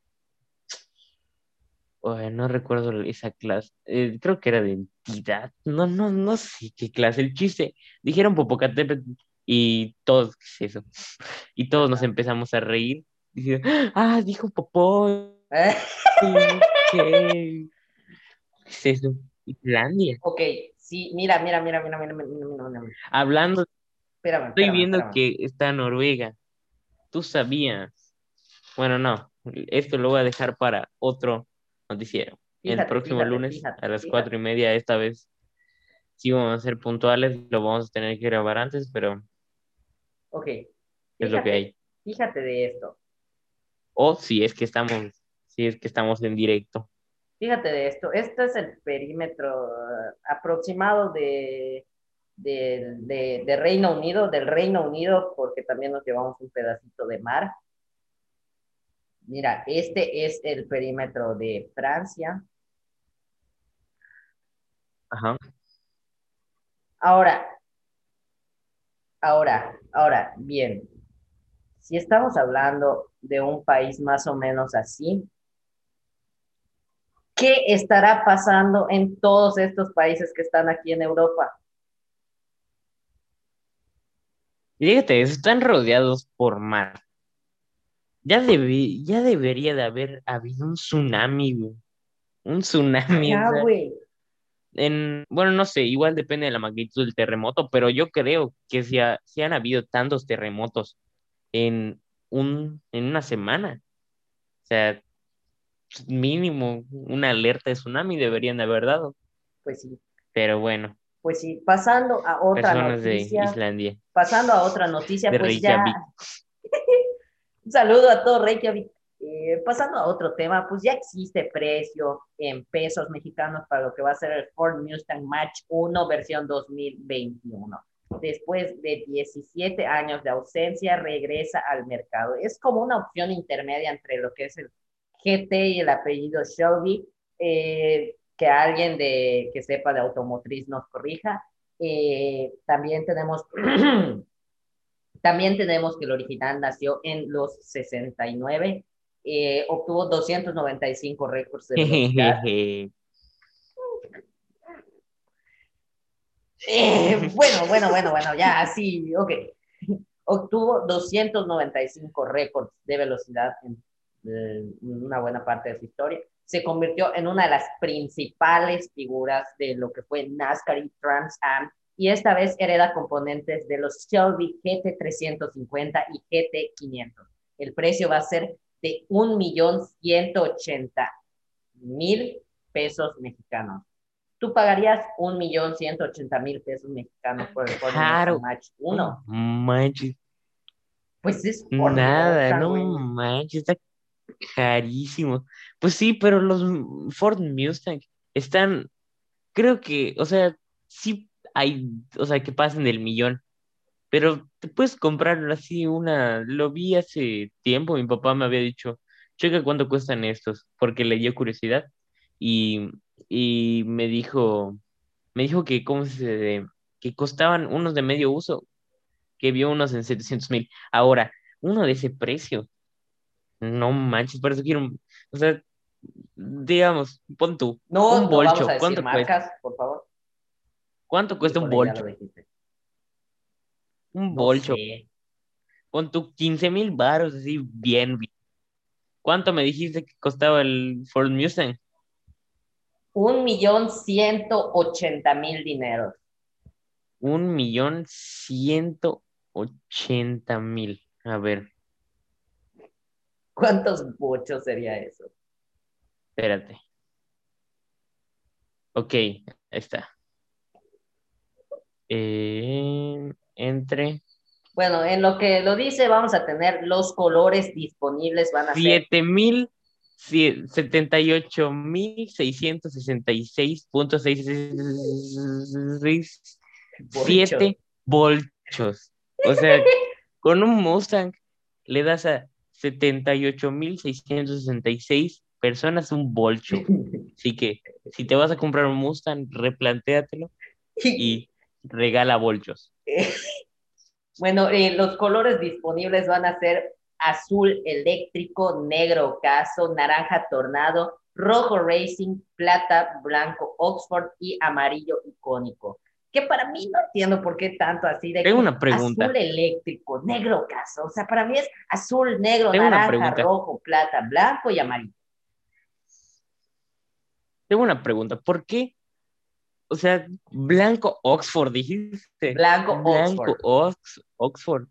no recuerdo esa clase, creo que era de entidad, no sé qué clase, el chiste, dijeron Popocatépetl y todos, ¿qué es eso? Y todos nos Ajá. empezamos a reír, diciendo, dijo Popó, Eh, no sé qué, ¿qué es eso? Islandia. ok, sí, mira. Hablando, estoy viendo Espérame. que está Noruega. ¿Tú sabías? Bueno, no, esto lo voy a dejar para otro noticiero. El próximo lunes a las Fíjate. 4:30, esta vez sí vamos a ser puntuales, lo vamos a tener que grabar antes, pero Ok, es lo que fíjate, hay. fíjate de esto. O si es que estamos en directo. Fíjate de esto. Este es el perímetro aproximado de Reino Unido, del Reino Unido, porque también nos llevamos un pedacito de mar. Mira, este es el perímetro de Francia. Ajá. Ahora, bien, si estamos hablando de un país más o menos así, ¿qué estará pasando en todos estos países que están aquí en Europa? Fíjate, están rodeados por mar. Ya debería de haber habido un tsunami, güey. Un tsunami, o Ajá, sea, güey. bueno, no sé, igual depende de la magnitud del terremoto, pero yo creo que si han habido tantos terremotos en en una semana, o sea, pues, mínimo una alerta de tsunami deberían de haber dado, Pues sí, pero bueno, pues sí. personas de Islandia, Pasando a otra noticia, de pues ya, Reykjavik. un saludo a todo Reykjavik. Pasando a otro tema, pues ya existe precio en pesos mexicanos para lo que va a ser el Ford Mustang Mach 1 versión 2021. Después de 17 años de ausencia, regresa al mercado. Es como una opción intermedia entre lo que es el GT y el apellido Shelby. Que alguien que sepa de automotriz nos corrija. También tenemos También tenemos que el original nació en los 69, obtuvo 295 récords de velocidad. Bueno, ya, sí, ok. Obtuvo 295 récords de velocidad en una buena parte de su historia. Se convirtió en una de las principales figuras de lo que fue NASCAR y Trans Am, y esta vez hereda componentes de los Shelby GT350 y GT500. El precio va a ser de 1.180.000 pesos mexicanos. ¿Tú pagarías 1.180.000 pesos mexicanos por el Ford Mustang Caro, Mach 1? no manches, Pues es Ford nada, Mustang, no güey. manches, está carísimo. Pues sí, pero los Ford Mustang están, creo que, o sea, sí hay, o sea, que pasen del millón, pero te puedes comprar así lo vi hace tiempo, mi papá me había dicho, checa cuánto cuestan estos, porque le dio curiosidad y, y me dijo que, que costaban unos de medio uso, que vio unos en 700,000. Ahora, uno de ese precio, no manches, por eso quiero, o sea, digamos, pon tú, un No vamos a bolcho, decir ¿cuánto cuesta? marcas, por favor. ¿Cuánto cuesta un Híjole, ya lo bolcho? dijiste. Un No bolcho, sé. pon tú 15,000 varos, así bien, bien. ¿Cuánto me dijiste que costaba el Ford Mustang? 1.180.000 dineros. 1,180,000. A ver, ¿Cuántos bochos sería eso? espérate. Ok, ahí está. Entre Bueno, en lo que lo dice, vamos a tener los colores disponibles, van a ser 78.076.667 bolchos. voltios. O sea, con un Mustang le das a 78.666 personas un bolcho. Así que si te vas a comprar un Mustang, replantéatelo y regala bolchos. Bueno, los colores disponibles van a ser azul eléctrico, negro ocaso, naranja tornado, rojo racing, plata, blanco Oxford y amarillo icónico. Que para mí no entiendo por qué tanto así de Tengo que una azul pregunta. eléctrico, negro ocaso. O sea, para mí es azul, negro, Tengo una naranja, pregunta. rojo, plata, blanco y amarillo. Tengo una pregunta. ¿Por qué? O sea, blanco Oxford, dijiste. Blanco Blanco Oxford. Oxford.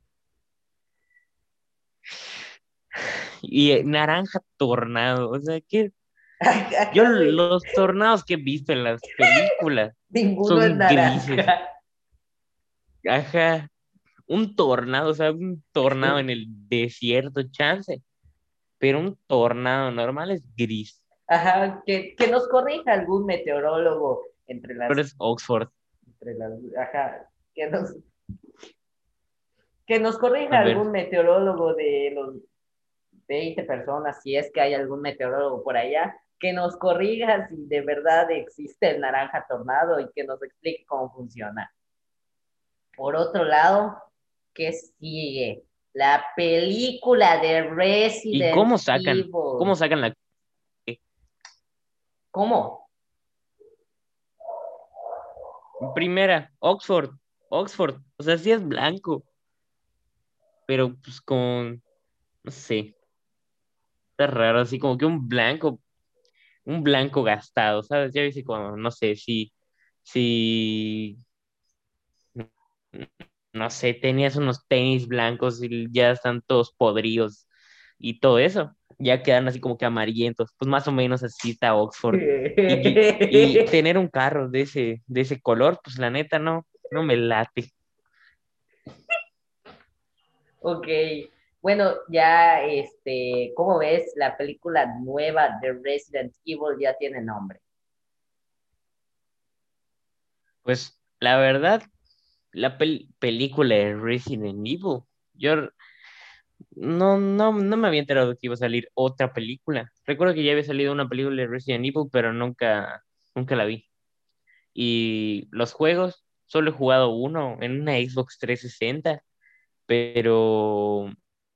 Y naranja tornado. O sea, que yo Ajá, güey. los tornados que he visto en las películas Ninguno es son grises. naranja. Ajá. Un tornado, o sea, un tornado en el desierto, chance. Pero un tornado normal es gris. Ajá, que nos corrija algún meteorólogo Pero es Oxford. entre las, ajá, que nos, que nos corrija A ver, algún meteorólogo de los 20 personas, si es que hay algún meteorólogo por allá, que nos corrija si de verdad existe el naranja tornado y que nos explique cómo funciona. Por otro lado, ¿qué sigue? La película de ¿y Resident Evil. cómo sacan la ¿Cómo? primera? Oxford. O sea, sí es blanco, pero pues con, no sé, está raro, así como que un blanco gastado, ¿sabes? Ya viste como, no sé, si, no sé, tenías unos tenis blancos y ya están todos podridos y todo eso, ya quedan así como que amarillentos, pues más o menos así está Oxford. Y tener un carro de ese color, pues la neta no me late. Ok, bueno, ya, ¿cómo ves? La película nueva de Resident Evil ya tiene nombre. Pues la verdad, la película de Resident Evil, yo no me había enterado que iba a salir otra película. Recuerdo que ya había salido una película de Resident Evil, pero nunca la vi. Y los juegos, solo he jugado uno en una Xbox 360, pero,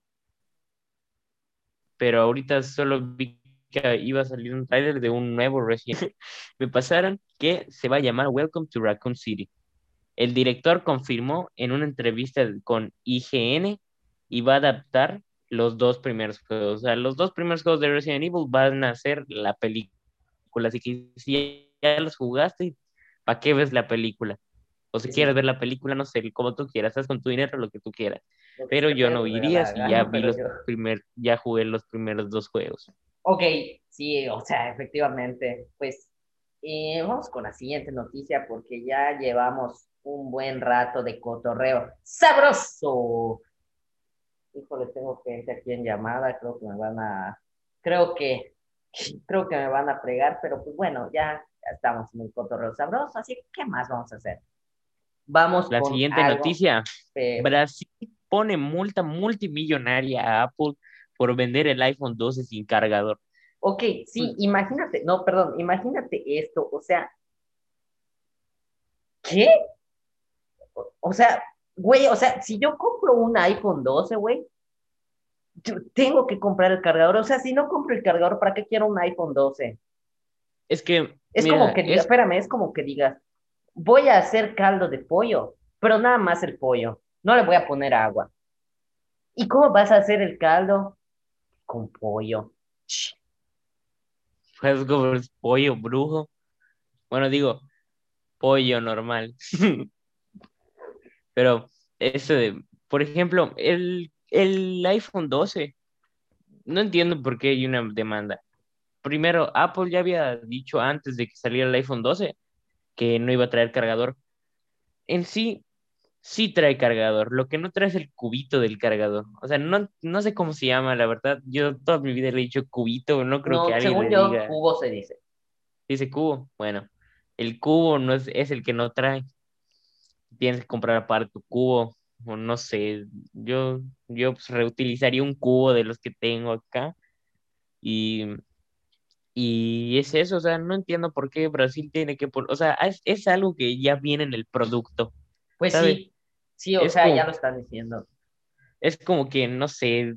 pero ahorita solo vi que iba a salir un tráiler de un nuevo Resident. Me pasaron que se va a llamar Welcome to Raccoon City. El director confirmó en una entrevista con IGN y va a adaptar los dos primeros juegos. O sea, los dos primeros juegos de Resident Evil van a ser la película. Así que si ya los jugaste, ¿para qué ves la película? O si Sí, sí, quieres ver la película, no sé, como tú quieras, haz con tu dinero lo que tú quieras. lo que Pero se yo me no da iría la si ya gana, vi pero los yo. ya jugué los primeros dos juegos. Ok, sí, o sea, efectivamente, pues vamos con la siguiente noticia porque ya llevamos un buen rato de cotorreo. ¡Sabroso! Híjole, tengo gente aquí en llamada, creo que, creo que me van a fregar, pero pues bueno, ya estamos en un cotorreo sabroso, así que ¿qué más vamos a hacer? Vamos La con siguiente algo. noticia, eh, Brasil pone multa multimillonaria a Apple por vender el iPhone 12 sin cargador. ok, Pues, sí, imagínate, no, perdón, imagínate esto, o sea, ¿qué? O sea, güey, o sea, si yo compro un iPhone 12, güey, yo tengo que comprar el cargador, o sea, si no compro el cargador, ¿para qué quiero un iPhone 12? es que, Es como mira, que diga, espérame, es como que digas, voy a hacer caldo de pollo, pero nada más el pollo, no le voy a poner agua. ¿Y cómo vas a hacer el caldo? Con pollo. Ch, pues como es pollo brujo. Bueno, digo, pollo normal. Pero eso de, por ejemplo, el iPhone 12, no entiendo por qué hay una demanda. Primero, Apple ya había dicho antes de que saliera el iPhone 12 que no iba a traer cargador. en sí, sí trae cargador. Lo que no trae es el cubito del cargador. O sea, no sé cómo se llama, la verdad. Yo toda mi vida le he dicho cubito, no creo que No, alguien según le yo, diga, cubo se dice. dice cubo. Bueno, el cubo no es el que no trae. Tienes que comprar aparte tu cubo. O no sé, yo pues, reutilizaría un cubo de los que tengo acá. Y, y es eso, o sea, no entiendo por qué Brasil tiene que o sea, es algo que ya viene en el producto, Pues ¿sabes? sí, sí, o Es sea, ya como, lo están diciendo. es como que, no sé,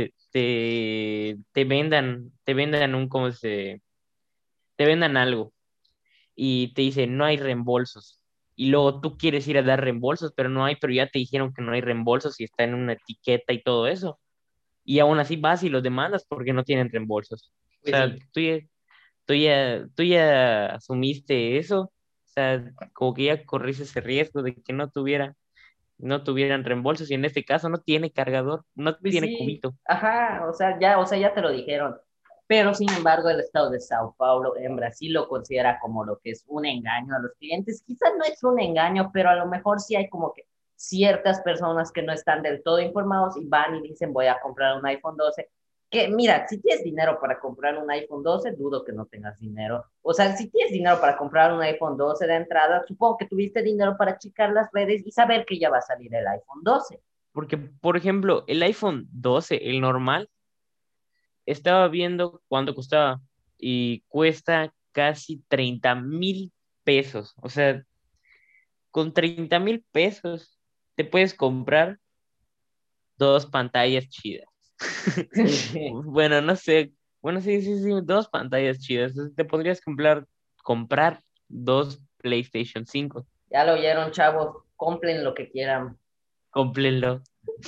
te vendan te vendan algo y te dicen, no hay reembolsos. Y luego tú quieres ir a dar reembolsos, pero no hay, pero ya te dijeron que no hay reembolsos y está en una etiqueta y todo eso. Y aún así vas y los demandas porque no tienen reembolsos. O Pues sea, sí, tú ya asumiste eso. O sea, como que ya corriste ese riesgo de que no tuvieran reembolsos y en este caso no tiene cargador, no pues tiene sí, cubito. ajá, o sea, ya te lo dijeron. Pero sin embargo, el estado de Sao Paulo en Brasil lo considera como lo que es un engaño a los clientes. Quizás no es un engaño, pero a lo mejor sí hay como que ciertas personas que no están del todo informados y van y dicen voy a comprar un iPhone 12. Que mira, si tienes dinero para comprar un iPhone 12, dudo que no tengas dinero. O sea, si tienes dinero para comprar un iPhone 12 de entrada, supongo que tuviste dinero para checar las redes y saber que ya va a salir el iPhone 12. Porque, por ejemplo, el iPhone 12, el normal, estaba viendo cuánto costaba y cuesta casi 30,000 pesos. O sea, con 30,000 pesos te puedes comprar dos pantallas chidas. Bueno, no sé. Bueno, sí, sí, sí, dos pantallas chidas. Entonces, te podrías comprar dos PlayStation 5. Ya lo oyeron, chavos, compren lo que quieran. Cómplenlo.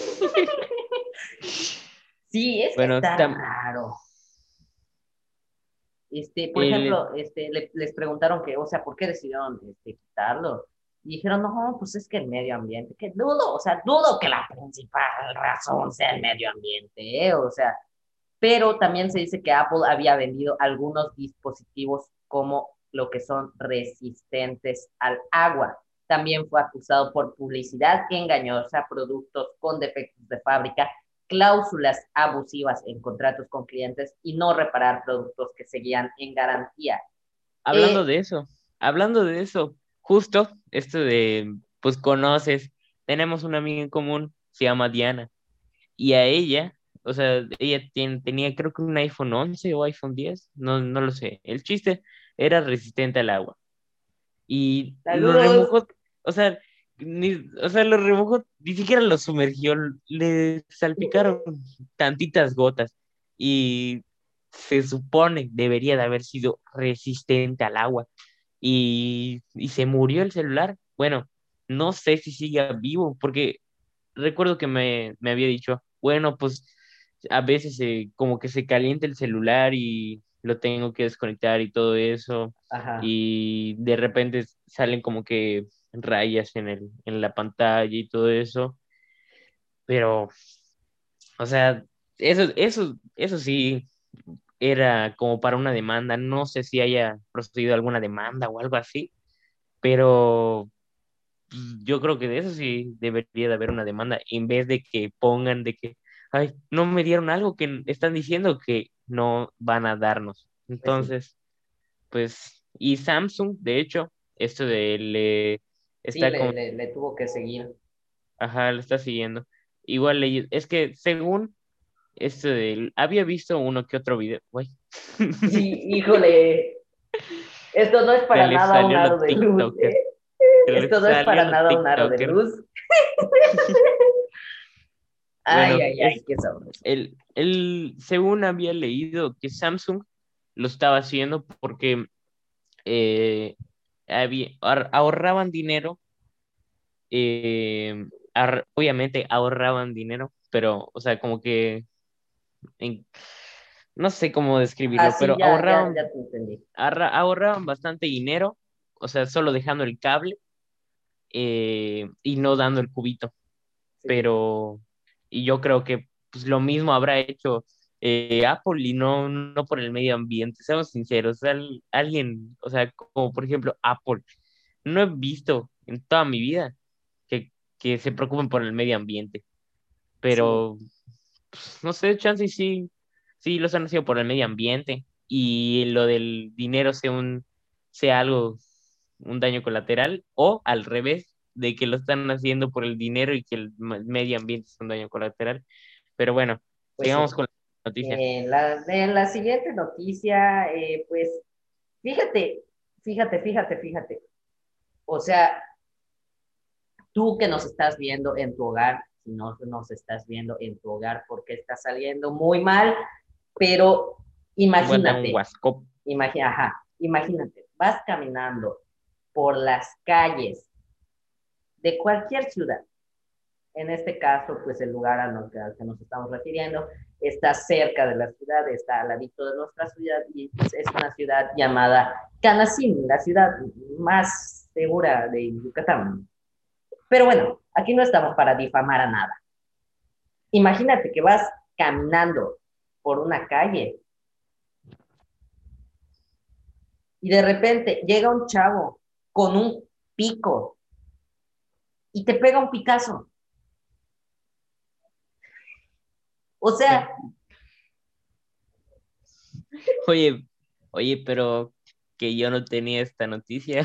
Sí, es que Bueno, está raro. Por el, ejemplo, les preguntaron que, o sea, ¿por qué decidieron quitarlo? Y dijeron, no, pues es que el medio ambiente, que dudo, o sea, dudo que la principal razón sea el medio ambiente, ¿eh? O sea, pero también se dice que Apple había vendido algunos dispositivos como lo que son resistentes al agua. También fue acusado por publicidad engañosa, productos con defectos de fábrica, cláusulas abusivas en contratos con clientes y no reparar productos que seguían en garantía. hablando Eh, de eso, hablando de eso, justo esto de, pues conoces, tenemos una amiga en común, se llama Diana, y a ella, o sea, ella tenía creo que un iPhone 11 o iPhone 10, no lo sé. El chiste era resistente al agua. Y lo Saludos. remojó, o sea, lo remojó, ni siquiera lo sumergió, le salpicaron tantitas gotas y se supone debería de haber sido resistente al agua y se murió el celular. Bueno, no sé si sigue vivo porque recuerdo que me había dicho, bueno, pues a veces como que se calienta el celular y lo tengo que desconectar y todo eso, Ajá. y de repente salen como que rayas en la pantalla y todo eso, pero, o sea, eso sí era como para una demanda, no sé si haya procedido alguna demanda o algo así, pero yo creo que de eso sí debería de haber una demanda, en vez de que pongan de que, ay, no me dieron algo que están diciendo que no van a darnos. Pues sí. Entonces, pues, y Samsung, de hecho, esto de le Sí, está como, le tuvo que seguir. ajá, le está siguiendo. Igual es que según esto de, había visto uno que otro video, güey, Sí, híjole, esto no es se para les nada un salió lo aro de luz, TikToker, ¿eh? se les Esto no es salió para lo nada un aro de TikToker. luz. Ay, Bueno, ay, ay, qué sabroso. según había leído que Samsung lo estaba haciendo porque ahorraban dinero, obviamente ahorraban dinero, pero, o sea, como que, en- no sé cómo Ah, describirlo, sí, pero ya te entendí. ahorraban bastante dinero, o sea, solo dejando el cable y no dando el cubito. Sí, sí. Pero y yo creo que pues, lo mismo habrá hecho Apple y no por el medio ambiente, seamos sinceros, alguien, o sea, como por ejemplo Apple, no he visto en toda mi vida que se preocupen por el medio ambiente. Sí, Pero, pues, no sé, chance y sí los han nacido por el medio ambiente y lo del dinero sea algo, un daño colateral, o al revés, de que lo están haciendo por el dinero y que el medio ambiente es un daño colateral. Pero bueno, pues sí. sigamos con la noticia. En la siguiente noticia, pues fíjate, fíjate. O sea, tú que nos estás viendo en tu hogar, si no nos estás viendo en tu hogar porque está saliendo muy mal, pero Voy a dar un imagínate, guasco. imagínate, vas caminando por las calles de cualquier ciudad. En este caso, pues el lugar al que nos estamos refiriendo está cerca de la ciudad, está al ladito de nuestra ciudad y pues, es una ciudad llamada Canacín, la ciudad más segura de Yucatán. Pero bueno, aquí no estamos para difamar a nada. Imagínate que vas caminando por una calle y de repente llega un chavo con un pico y te pega un picazo. O sea, Oye, oye, pero que yo no tenía esta noticia.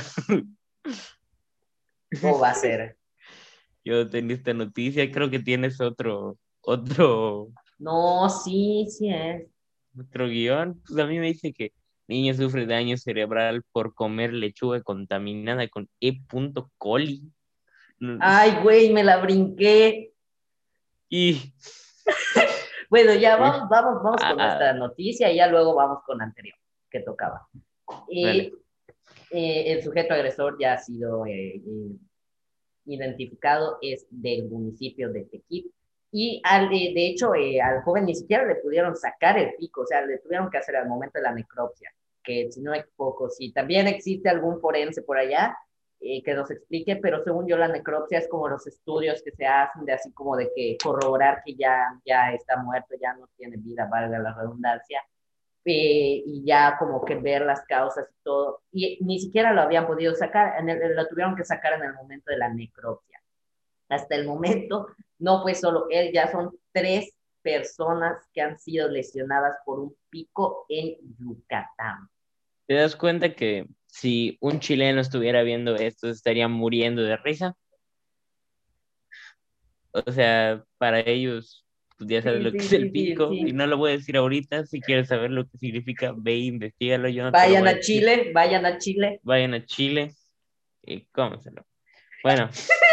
¿cómo va a ser? Yo no tenía esta noticia, creo que tienes otro, No, sí, sí es. otro guión. Pues a mí me dice que niño sufre daño cerebral por comer lechuga contaminada con E. coli. No. Ay, güey, me la brinqué. Y, Bueno, ya uy, vamos con ah, esta noticia y ya luego vamos con la anterior que tocaba. dale. Y el sujeto agresor ya ha sido identificado, es del municipio de Tequit. Y de hecho, al joven ni siquiera le pudieron sacar el pico, o sea, le tuvieron que hacer al momento de la necropsia, que si no hay poco, si también existe algún forense por allá, que nos explique, pero según yo la necropsia es como los estudios que se hacen de así como de que corroborar que ya está muerto, ya no tiene vida, valga la redundancia, y ya como que ver las causas y todo, y ni siquiera lo habían podido sacar, lo tuvieron que sacar en el momento de la necropsia. Hasta el momento no fue solo él, ya son 3 personas que han sido lesionadas por un pico en Yucatán. ¿Te das cuenta que si un chileno estuviera viendo esto, estaría muriendo de risa? O sea, para ellos, pues ya sabes Sí, lo que sí, es el sí, sí, pico, y sí. no lo voy a decir ahorita. Si quieres saber lo que significa, ve, investigalo, yo no te lo Vayan voy a a decir. Chile, vayan a Chile. Vayan a Chile y cómenselo. Bueno,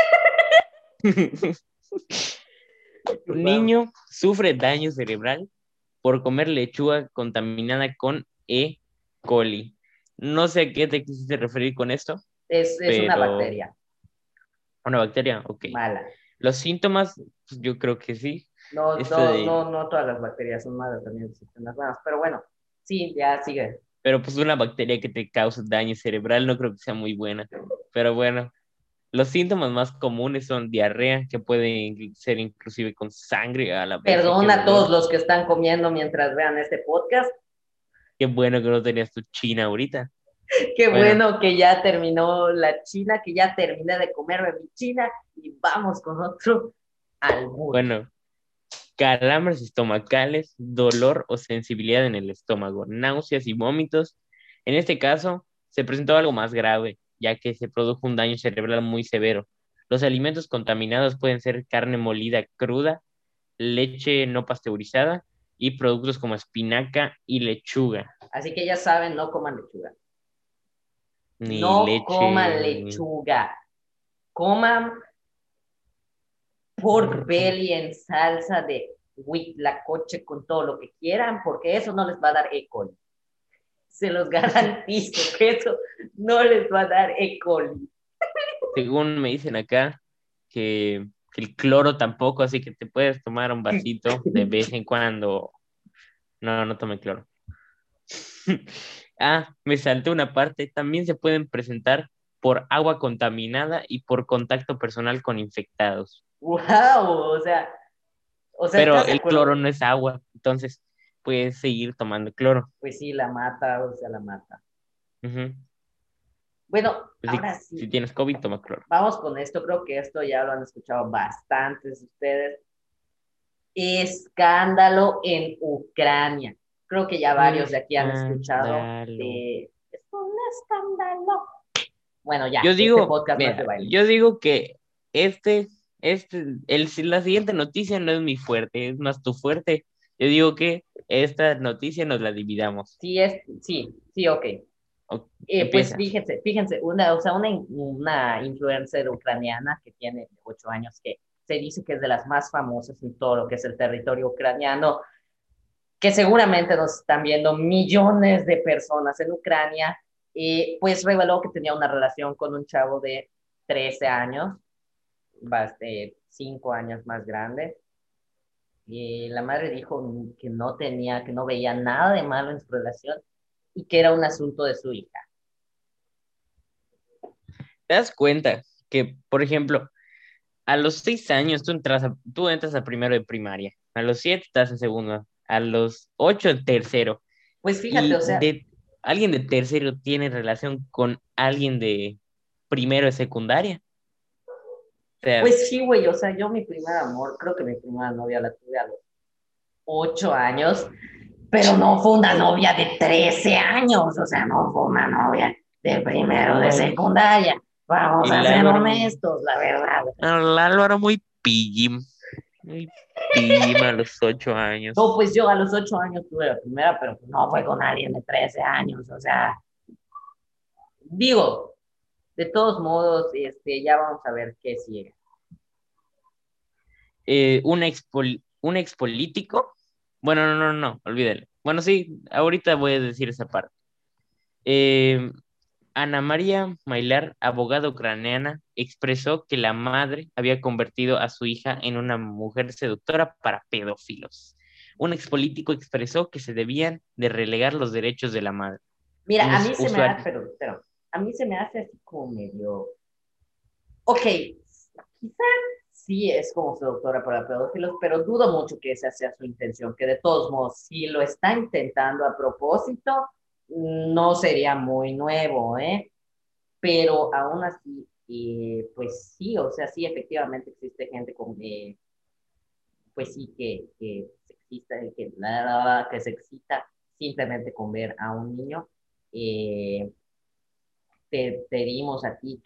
Vamos. niño sufre daño cerebral por comer lechuga contaminada con E. coli. No sé a qué te quisiste referir con esto, Es una pero bacteria una bacteria, ok. mala. Los síntomas, pues, yo creo que sí. No, Esto no, de, no, no todas las bacterias son malas, también existen las buenas. Pero bueno, sí, ya sigue. pero pues una bacteria que te causa daño cerebral no creo que sea muy buena. Pero bueno, los síntomas más comunes son diarrea, que puede ser inclusive con sangre a la vez, y qué Perdona a todos dolor. los que están comiendo mientras vean este podcast. Qué bueno que no tenías tu china ahorita. Qué Bueno, bueno que ya terminó la china, que ya terminé de comerme mi china y vamos con otro albur. bueno, calambres estomacales, dolor o sensibilidad en el estómago, náuseas y vómitos. En este caso, se presentó algo más grave, ya que se produjo un daño cerebral muy severo. Los alimentos contaminados pueden ser carne molida cruda, leche no pasteurizada y productos como espinaca y lechuga, Así que ya saben, no coman lechuga. ni No leche, coman ni... lechuga. Coman pork belly en salsa de huitlacoche con todo lo que quieran, porque eso no les va a dar E. coli. Se los garantizo que eso no les va a dar E. coli. Según me dicen acá, que el cloro tampoco, así que te puedes tomar un vasito de vez en cuando. No, no tome cloro. Ah, me salté una parte. También se pueden presentar por agua contaminada y por contacto personal con infectados. Wow, o sea, Pero ¿estás de el cloro acuerdo? no es agua, entonces puedes seguir tomando cloro. Pues sí, la mata, o sea, la mata. Ujú. Bueno, Pues ahora si sí, tienes COVID, toma cloro. vamos con esto. Creo que esto ya lo han escuchado bastantes de ustedes. Escándalo en Ucrania. Creo que ya varios de aquí han escuchado Escándalo. de... Es un escándalo. Bueno, ya, Yo este digo, podcast no es de mira, baile. yo digo que este, la siguiente noticia no es mi fuerte, es más tu fuerte. Yo digo que esta noticia nos la dividamos. Sí, ok. Pues Empieza. fíjense, una influencer ucraniana que tiene 8 años que se dice que es de las más famosas en todo lo que es el territorio ucraniano, que seguramente nos están viendo millones de personas en Ucrania, pues reveló que tenía una relación con un chavo de 13 años, 5 años más grande. Y la madre dijo que no veía nada de malo en su relación y que era un asunto de su hija. ¿Te das cuenta que, por ejemplo, a los 6 años tú entras a primero de primaria, a los 7 estás en segundo, a los 8 en tercero, Pues fíjate, o y sea, alguien de tercero tiene relación con alguien de primero de secundaria? O sea, pues sí, güey, o sea, yo mi primer amor, creo que mi primera novia la tuve a los 8 años, pero no fue una novia de 13 años, o sea, no fue una novia de primero de ay, secundaria. Vamos a el ser Álvaro, honestos, la verdad. el Álvaro muy pillín a los 8 años. No, pues yo a los 8 años tuve la primera, pero no fue con alguien de 13 años, o sea, digo, de todos modos, ya vamos a ver qué sigue. Un ex político, bueno, no, olvídalo. Bueno, sí, ahorita voy a decir esa parte. Eh, Ana María Mailar, abogada ucraniana, expresó que la madre había convertido a su hija en una mujer seductora para pedófilos. Un expolítico expresó que se debían de relegar los derechos de la madre. Mira, Un a mí se me hace, usuario. pero, a mí se me hace así como medio, ok, quizá sí es como seductora para pedófilos, pero dudo mucho que esa sea su intención, que de todos modos, si lo está intentando a propósito, no sería muy nuevo, ¿eh? Pero aún así, pues sí, o sea, sí, efectivamente existe gente con, pues sí, que se excita simplemente con ver a un niño. Eh, Te pedimos a ti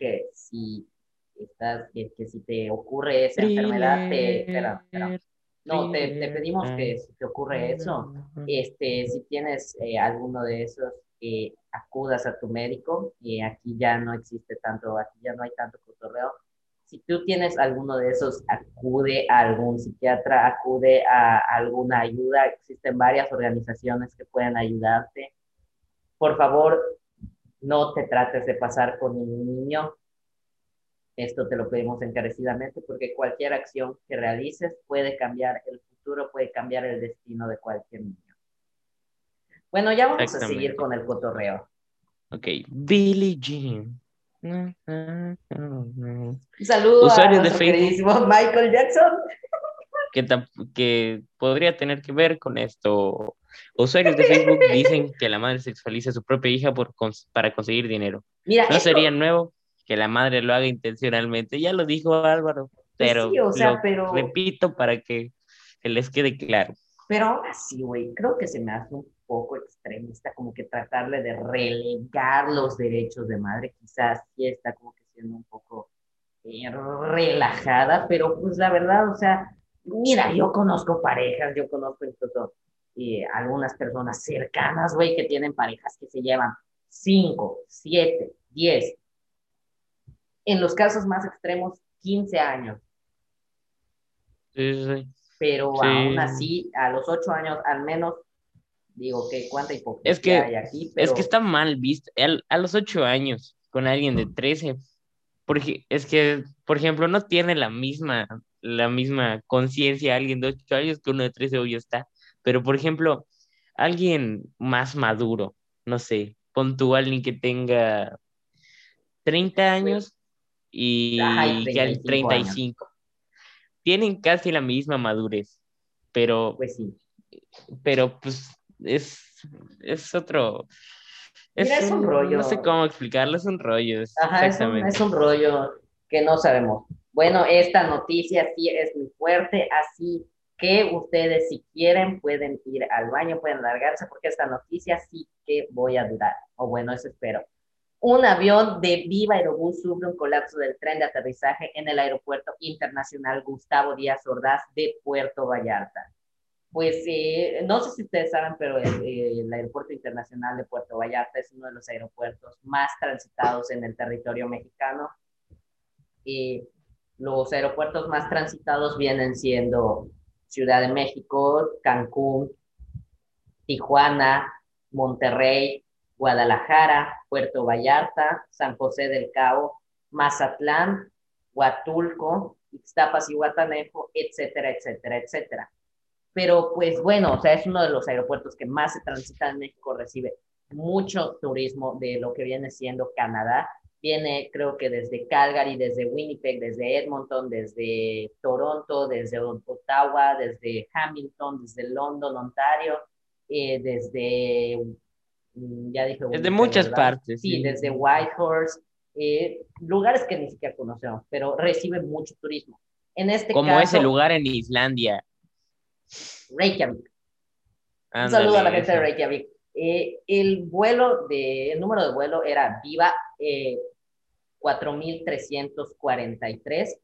que si te ocurre esa enfermedad, espera, Thriller, no, te thriller, pedimos que ay, si te ocurre no, eso, no, no. si tienes alguno de esos, acudas a tu médico, aquí ya no existe tanto, aquí ya no hay tanto cotorreo. Si tú tienes alguno de esos, acude a algún psiquiatra, acude a alguna ayuda, existen varias organizaciones que pueden ayudarte. Por favor, no te trates de pasar con un niño. Esto te lo pedimos encarecidamente porque cualquier acción que realices puede cambiar el futuro, puede cambiar el destino de cualquier niño. Bueno, ya vamos a seguir Exactamente. con el cotorreo. Ok, Billie Jean. No, no, no, no. Un saludo a Usuarios de nuestro Facebook queridísimo Michael Jackson. que podría tener que ver con esto. Usuarios de Facebook dicen que la madre sexualiza a su propia hija para conseguir dinero. Mira, No sería nuevo que la madre lo haga intencionalmente. Ya lo dijo Álvaro, pues sí, pero o sea, lo repito para que les quede claro. pero ahora sí, güey, creo que se me hace un poco extremista como que tratarle de relegar los derechos de madre, quizás sí está como que siendo un poco relajada, pero pues la verdad, o sea, mira, yo conozco parejas, yo conozco incluso algunas personas cercanas, güey, que tienen parejas que se llevan 5, 7, 10, en los casos más extremos, 15 años, Sí, pero aún sí. así, a los 8 años al menos, digo que cuánta Es hipocresía que, hay aquí, es que pero está mal visto. A los 8 años, con alguien de 13, porque es que, por ejemplo, no tiene la misma conciencia alguien de 8 años que uno de 13, obvio está. Pero, por ejemplo, alguien más maduro, no sé, pon tú alguien que tenga 30 güey, años ajá, y y que al 35 años, 35 tienen casi la misma madurez, pero, pues sí. pero pues es otro. Mira, es un No sé rollo. cómo explicarlo, es un rollo, Ajá, es exactamente. un rollo que no sabemos. Bueno, esta noticia sí es muy fuerte, así que ustedes si quieren pueden ir al baño, pueden largarse porque esta noticia sí que voy a durar, o bueno, eso espero. Un avión de Viva Aerobús sufre un colapso del tren de aterrizaje en el Aeropuerto Internacional Gustavo Díaz Ordaz de Puerto Vallarta. Pues no sé si ustedes saben, pero el Aeropuerto Internacional de Puerto Vallarta es uno de los aeropuertos más transitados en el territorio mexicano. Y los aeropuertos más transitados vienen siendo Ciudad de México, Cancún, Tijuana, Monterrey, Guadalajara, Puerto Vallarta, San José del Cabo, Mazatlán, Huatulco, Ixtapas y Guatanejo, etcétera, etcétera, etcétera. Pero pues bueno, o sea, es uno de los aeropuertos que más se transita en México, recibe mucho turismo de lo que viene siendo Canadá. Viene, creo que desde Calgary, desde Winnipeg, desde Edmonton, desde Toronto, desde Ottawa, desde Hamilton, desde London, Ontario, desde, ya dije Es de Winnipeg, muchas ¿verdad? partes, Sí, sí. desde Whitehorse, lugares que ni siquiera conocemos, pero recibe mucho turismo. En este Como ese caso, lugar en Islandia. Reykjavik. Un saludo a la Ándale, gente de eso. Reykjavik. El número de vuelo era Viva 4343.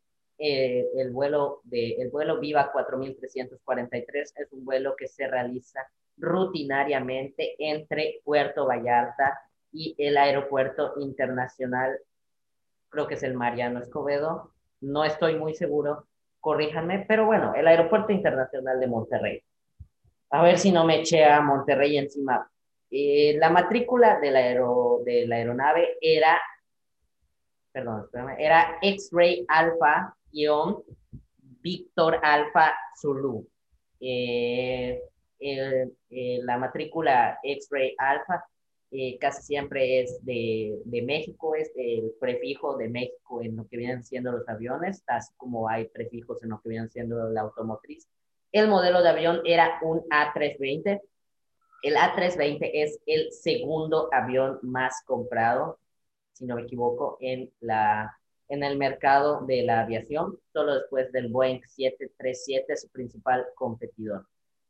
El vuelo Viva 4343 es un vuelo que se realiza rutinariamente entre Puerto Vallarta y el aeropuerto internacional, creo que es el Mariano Escobedo, no estoy muy seguro, corríjanme, pero bueno, el aeropuerto internacional de Monterrey. A ver si no me eché a Monterrey encima. La matrícula de la aeronave era, perdón, espérame, era X-Ray Alpha Víctor Alpha Zulu. Eh, la matrícula X-Ray Alpha casi siempre es de México, es el prefijo de México en lo que vienen siendo los aviones, así como hay prefijos en lo que vienen siendo la automotriz. El modelo de avión era un A320. El A320 es el segundo avión más comprado, si no me equivoco, en el mercado de la aviación, solo después del Boeing 737, su principal competidor.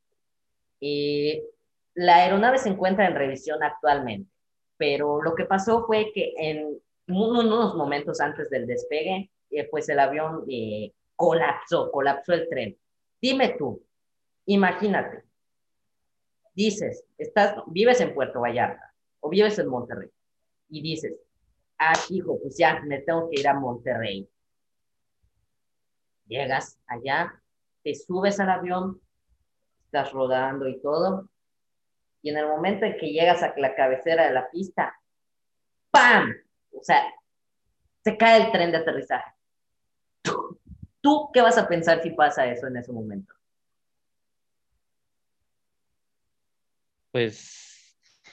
Y la aeronave se encuentra en revisión actualmente, pero lo que pasó fue que en unos momentos antes del despegue, pues el avión colapsó el tren. Dime tú, imagínate, vives en Puerto Vallarta o vives en Monterrey y dices, hijo, pues ya me tengo que ir a Monterrey. Llegas allá, te subes al avión, estás rodando y todo, y en el momento en que llegas a la cabecera de la pista, ¡pam! O sea, se cae el tren de aterrizaje. ¿Tú qué vas a pensar si pasa eso en ese momento? Pues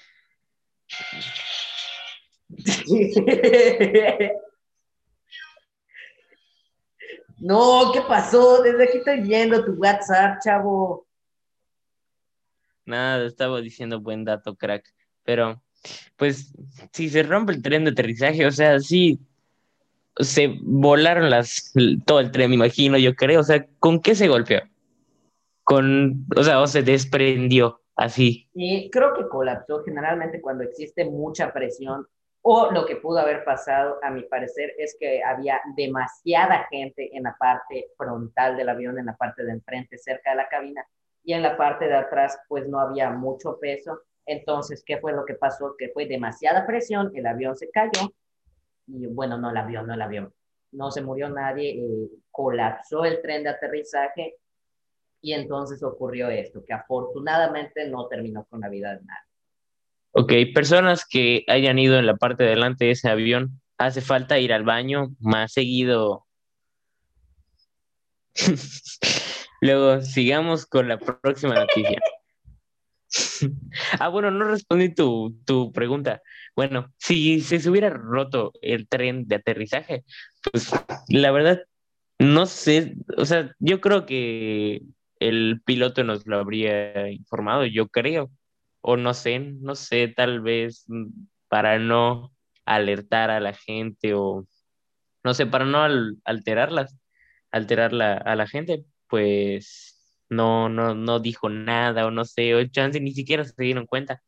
No, ¿qué pasó? Desde aquí estoy viendo tu WhatsApp, chavo. nada, estaba diciendo buen dato, crack. Pero, pues, si se rompe el tren de aterrizaje, o sea, sí, se volaron todo el tren, me imagino, yo creo. O sea, ¿con qué se golpeó? O se desprendió, así. Y creo que colapsó generalmente cuando existe mucha presión o lo que pudo haber pasado, a mi parecer, es que había demasiada gente en la parte frontal del avión, en la parte de enfrente, cerca de la cabina, y en la parte de atrás, pues no había mucho peso. Entonces, ¿qué fue lo que pasó? Que fue demasiada presión, el avión se cayó, y bueno, no el avión, no se murió nadie, colapsó el tren de aterrizaje y entonces ocurrió esto, que afortunadamente no terminó con la vida de nadie. Ok, personas que hayan ido en la parte de delante de ese avión, hace falta ir al baño más seguido. Luego, sigamos con la próxima noticia. Bueno, no respondí tu pregunta. Bueno, si se hubiera roto el tren de aterrizaje, pues la verdad, no sé, o sea, yo creo que el piloto nos lo habría informado, yo creo, o no sé, tal vez. para no alertar a la gente o, no sé, para no alterar a la gente, pues no dijo nada o no sé, o chance ni siquiera se dieron cuenta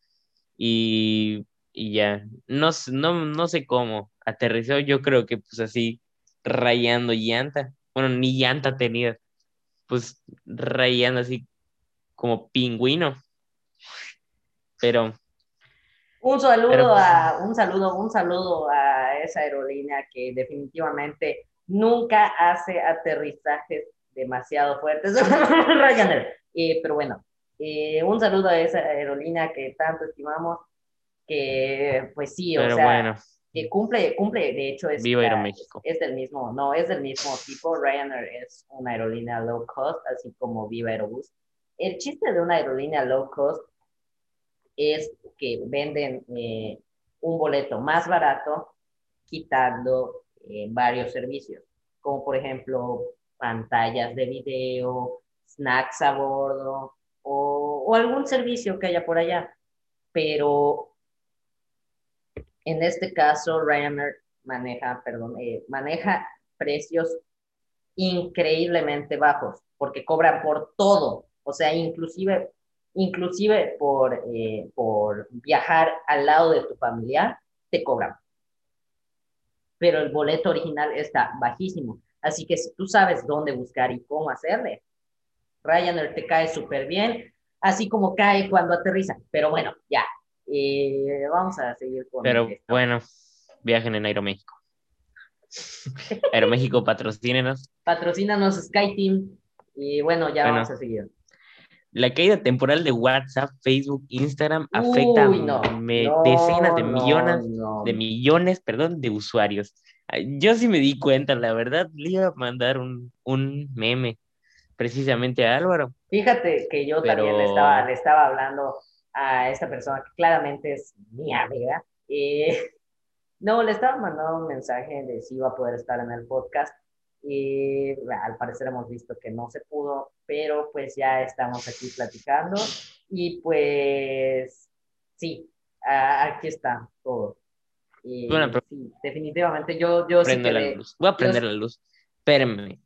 y ya, no sé cómo aterrizó, yo creo que pues así rayando llanta, bueno, ni llanta tenía, pues rayando así como pingüino, pero, pero pues Un saludo a esa aerolínea que definitivamente nunca hace aterrizajes demasiado fuertes. Ryanair. Pero bueno, un saludo a esa aerolínea que tanto estimamos, que pues sí, o pero sea, bueno, que cumple, de hecho viva Aeroméxico. es del mismo, no, es del mismo tipo. Ryanair es una aerolínea low cost, así como Viva Aerobús. El chiste de una aerolínea low cost es que venden un boleto más barato quitando varios servicios, como por ejemplo pantallas de video, snacks a bordo o algún servicio que haya por allá. Pero en este caso, Ryanair maneja precios increíblemente bajos, porque cobran por todo, o sea, inclusive por viajar al lado de tu familiar, te cobran, pero el boleto original está bajísimo. Así que si tú sabes dónde buscar y cómo hacerle, Ryanair te cae súper bien, así como cae cuando aterriza. Pero bueno, ya, vamos a seguir con Pero esto. bueno, viajen en Aeroméxico. Aeroméxico, patrocínenos. Patrocínanos SkyTeam y bueno, ya vamos Bueno, a seguir. la caída temporal de WhatsApp, Facebook, Instagram afecta a Uy, no, decenas no, no, de no. millones, perdón, de usuarios. Yo sí me di cuenta, la verdad, le iba a mandar un meme precisamente a Álvaro, Fíjate que yo también pero le estaba hablando a esta persona que claramente es mi amiga. No, le estaba mandando un mensaje de si iba a poder estar en el podcast y al parecer hemos visto que no se pudo, pero pues ya estamos aquí platicando y pues sí, aquí está todo. bueno, Y sí, definitivamente yo sí prendo la quedé, luz. Voy a yo, prender la luz. Espérenme.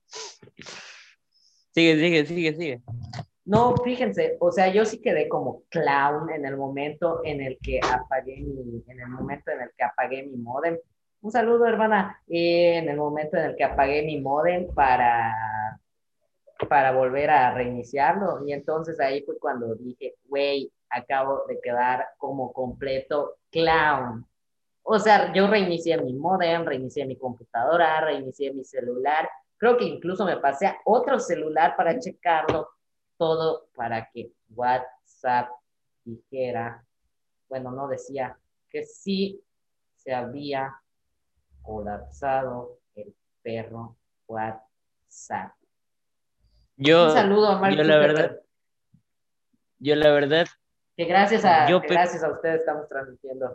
Sigue. no, fíjense, o sea, yo sí quedé como clown en el momento en el que en el momento en el que apagué mi modem. Un saludo, hermana. En el momento en el que apagué mi modem para volver a reiniciarlo. Y entonces ahí fue cuando dije, güey, acabo de quedar como completo clown. O sea, yo reinicié mi modem, reinicié mi computadora, reinicié mi celular. Creo que incluso me pasé a otro celular para checarlo todo para que WhatsApp dijera, bueno, no decía que sí se había colapsado el perro WhatsApp. Un saludo a Mark Yo la verdad, Zuckerberg, yo la verdad, que yo, pe- gracias a ustedes estamos transmitiendo.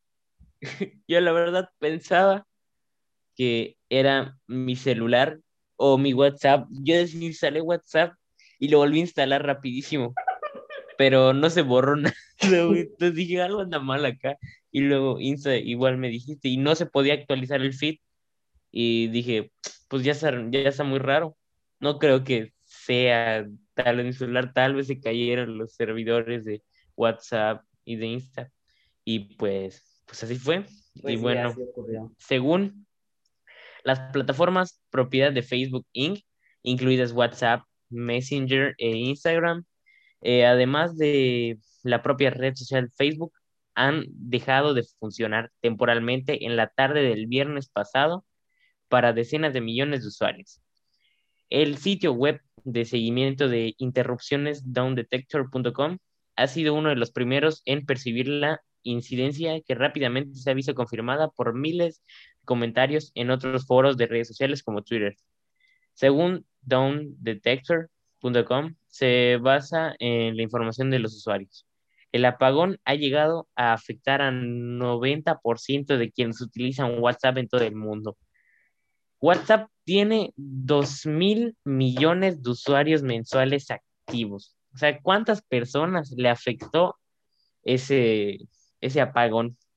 yo la verdad pensaba que era mi celular o mi WhatsApp. Yo desinstalé WhatsApp y lo volví a instalar rapidísimo, pero no se borró nada, güey. Entonces dije, algo anda mal acá. Y luego Insta igual me dijiste, y no se podía actualizar el feed. Y dije, pues ya está muy raro. No creo que sea tal vez mi celular, tal vez se cayeron los servidores de WhatsApp y de Insta. Y pues así fue. Y Pues sí, bueno, así ocurrió. según las plataformas propiedad de Facebook Inc., incluidas WhatsApp, Messenger e Instagram, además de la propia red social Facebook, han dejado de funcionar temporalmente en la tarde del viernes pasado para decenas de millones de usuarios. El sitio web de seguimiento de interrupciones downdetector.com ha sido uno de los primeros en percibir la incidencia que rápidamente se ha visto confirmada por miles de comentarios en otros foros de redes sociales como Twitter. Según downdetector.com, se basa en la información de los usuarios. El apagón ha llegado a afectar al 90% de quienes utilizan WhatsApp en todo el mundo. WhatsApp tiene 2.000 millones de usuarios mensuales activos. O sea, ¿cuántas personas le afectó ese, ese apagón?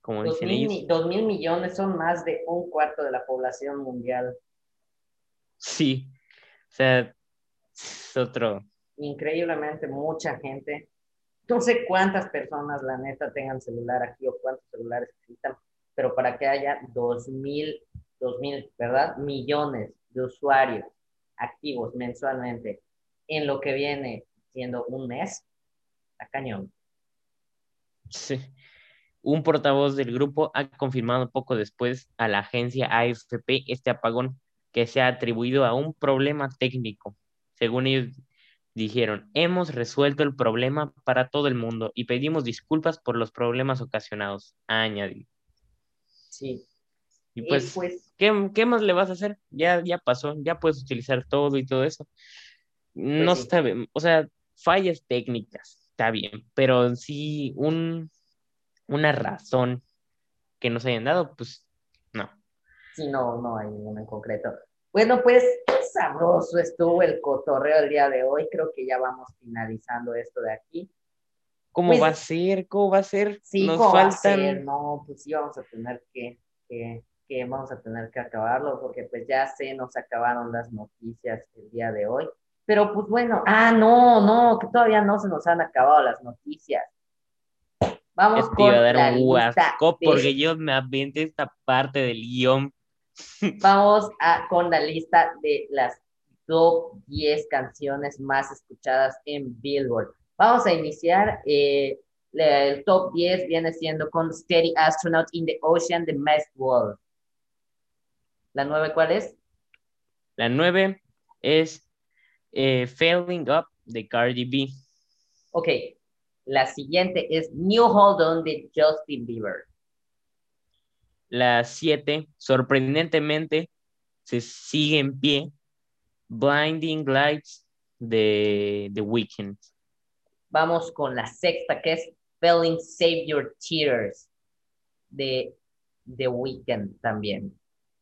como dicen ellos. 2.000 millones son más de un cuarto de la población mundial. Sí, o sea, es otro. Increíblemente mucha gente. No sé cuántas personas, la neta, tengan celular aquí o cuántos celulares existan, pero para que haya 2.000, ¿verdad? Millones de usuarios activos mensualmente en lo que viene siendo un mes, está cañón. Sí. Un portavoz del grupo ha confirmado poco después a la agencia AFP este apagón que se ha atribuido a un problema técnico. Según ellos dijeron, hemos resuelto el problema para todo el mundo y pedimos disculpas por los problemas ocasionados, ha añadido. Sí. Y pues, Pues, ¿qué más le vas a hacer? Ya pasó, ya puedes utilizar todo y todo eso. pues No sí, está bien, o sea, fallas técnicas, está bien, pero sí una razón que nos hayan dado, pues no. sí, no, no hay ninguno en concreto. Bueno, pues sabroso estuvo el cotorreo el día de hoy. Creo que ya vamos finalizando esto de aquí. ¿Cómo va a Pues ser? ¿Cómo va a ser? sí, Nos ¿cómo va a ser? faltan, No, pues sí vamos a tener que vamos a tener que acabarlo porque pues ya se nos acabaron las noticias el día de hoy. Pero pues bueno, no, que todavía no se nos han acabado las noticias. Vamos es te iba a con dar la un lista guasco de, porque yo me aventé esta parte del guión. con la lista de las top 10 canciones más escuchadas en Billboard. Vamos a iniciar, el top 10 viene siendo con Steady Astronaut in the Ocean de Masked Wolf. ¿La 9 cuál es? La 9 es Failing Up de Cardi B. Ok, la siguiente es New Hold On de Justin Bieber. La 7 sorprendentemente, se sigue en pie. Blinding Lights de The Weeknd. Vamos con la sexta, que es Spelling Save Your Tears de The Weeknd también.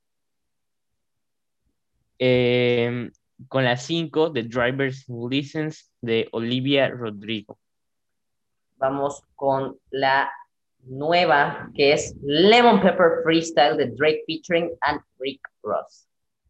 Eh, con la 5 The Driver's License de Olivia Rodrigo. Vamos con la nueva, que es Lemon Pepper Freestyle de Drake featuring and Rick Ross.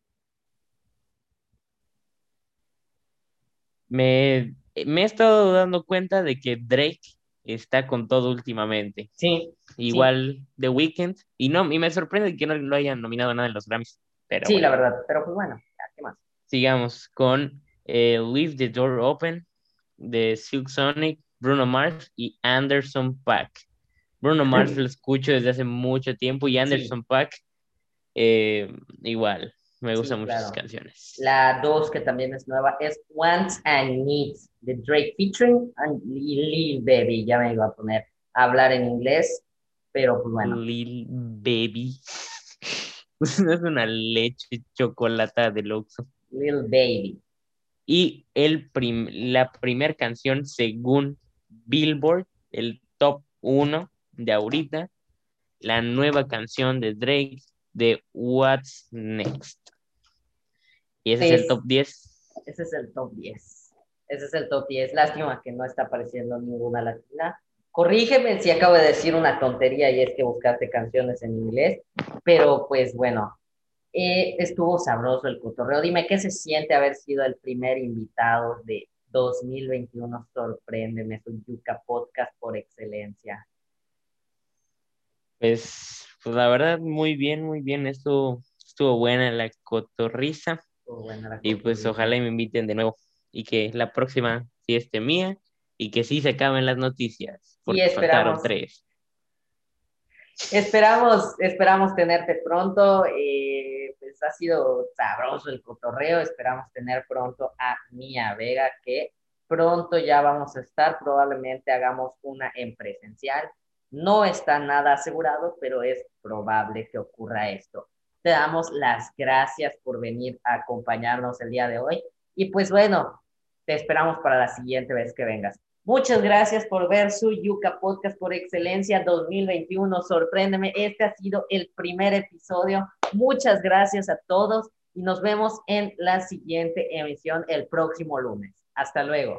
Me he estado dando cuenta de que Drake está con todo últimamente. Sí, sí, Igual The Weeknd. Y me sorprende que no lo hayan nominado a nada en los Grammys. Pero sí, bueno, la verdad. Pero pues bueno, ya, ¿qué más? sigamos con Leave the Door Open de Silk Sonic, Bruno Mars y Anderson .Paak. Bruno Mars lo escucho desde hace mucho tiempo y Sí, Anderson .Paak eh, igual, me gustan sí, mucho sus claro. canciones. La 2 que también es nueva, es Wants and Needs de Drake featuring and Lil Baby. Ya me iba a poner a hablar en inglés, pero pues bueno, Lil Baby. No es una leche chocolata de Oxxo. Lil Baby. Y la primera canción según Billboard, el top 1 de ahorita, la nueva canción de Drake de What's Next. Y ese es el Es, top 10. ese es el top 10. Ese es el top 10. Lástima que no está apareciendo ninguna latina. Corrígeme si acabo de decir una tontería y es que buscaste canciones en inglés, pero pues bueno, estuvo sabroso el cotorreo. Dime, ¿qué se siente haber sido el primer invitado de 2021? Sorpréndeme, su Yuca Podcast por excelencia. Pues la verdad, muy bien. Estuvo buena la cotorriza. Estuvo buena la Y pues ojalá cotorriza. y me inviten de nuevo. Y que la próxima sí esté mía. Y que sí se acaben las noticias. Sí, Porque faltaron 3. esperamos tenerte pronto. Pues ha sido sabroso el cotorreo. Esperamos tener pronto a Mía Vega, que pronto ya vamos a estar. Probablemente hagamos una en presencial. No está nada asegurado, pero es probable que ocurra esto. Te damos las gracias por venir a acompañarnos el día de hoy. Y pues bueno, te esperamos para la siguiente vez que vengas. Muchas gracias por ver su Yuca Podcast por excelencia 2021. Sorpréndeme, este ha sido el primer episodio. Muchas gracias a todos y nos vemos en la siguiente emisión el próximo lunes. Hasta luego.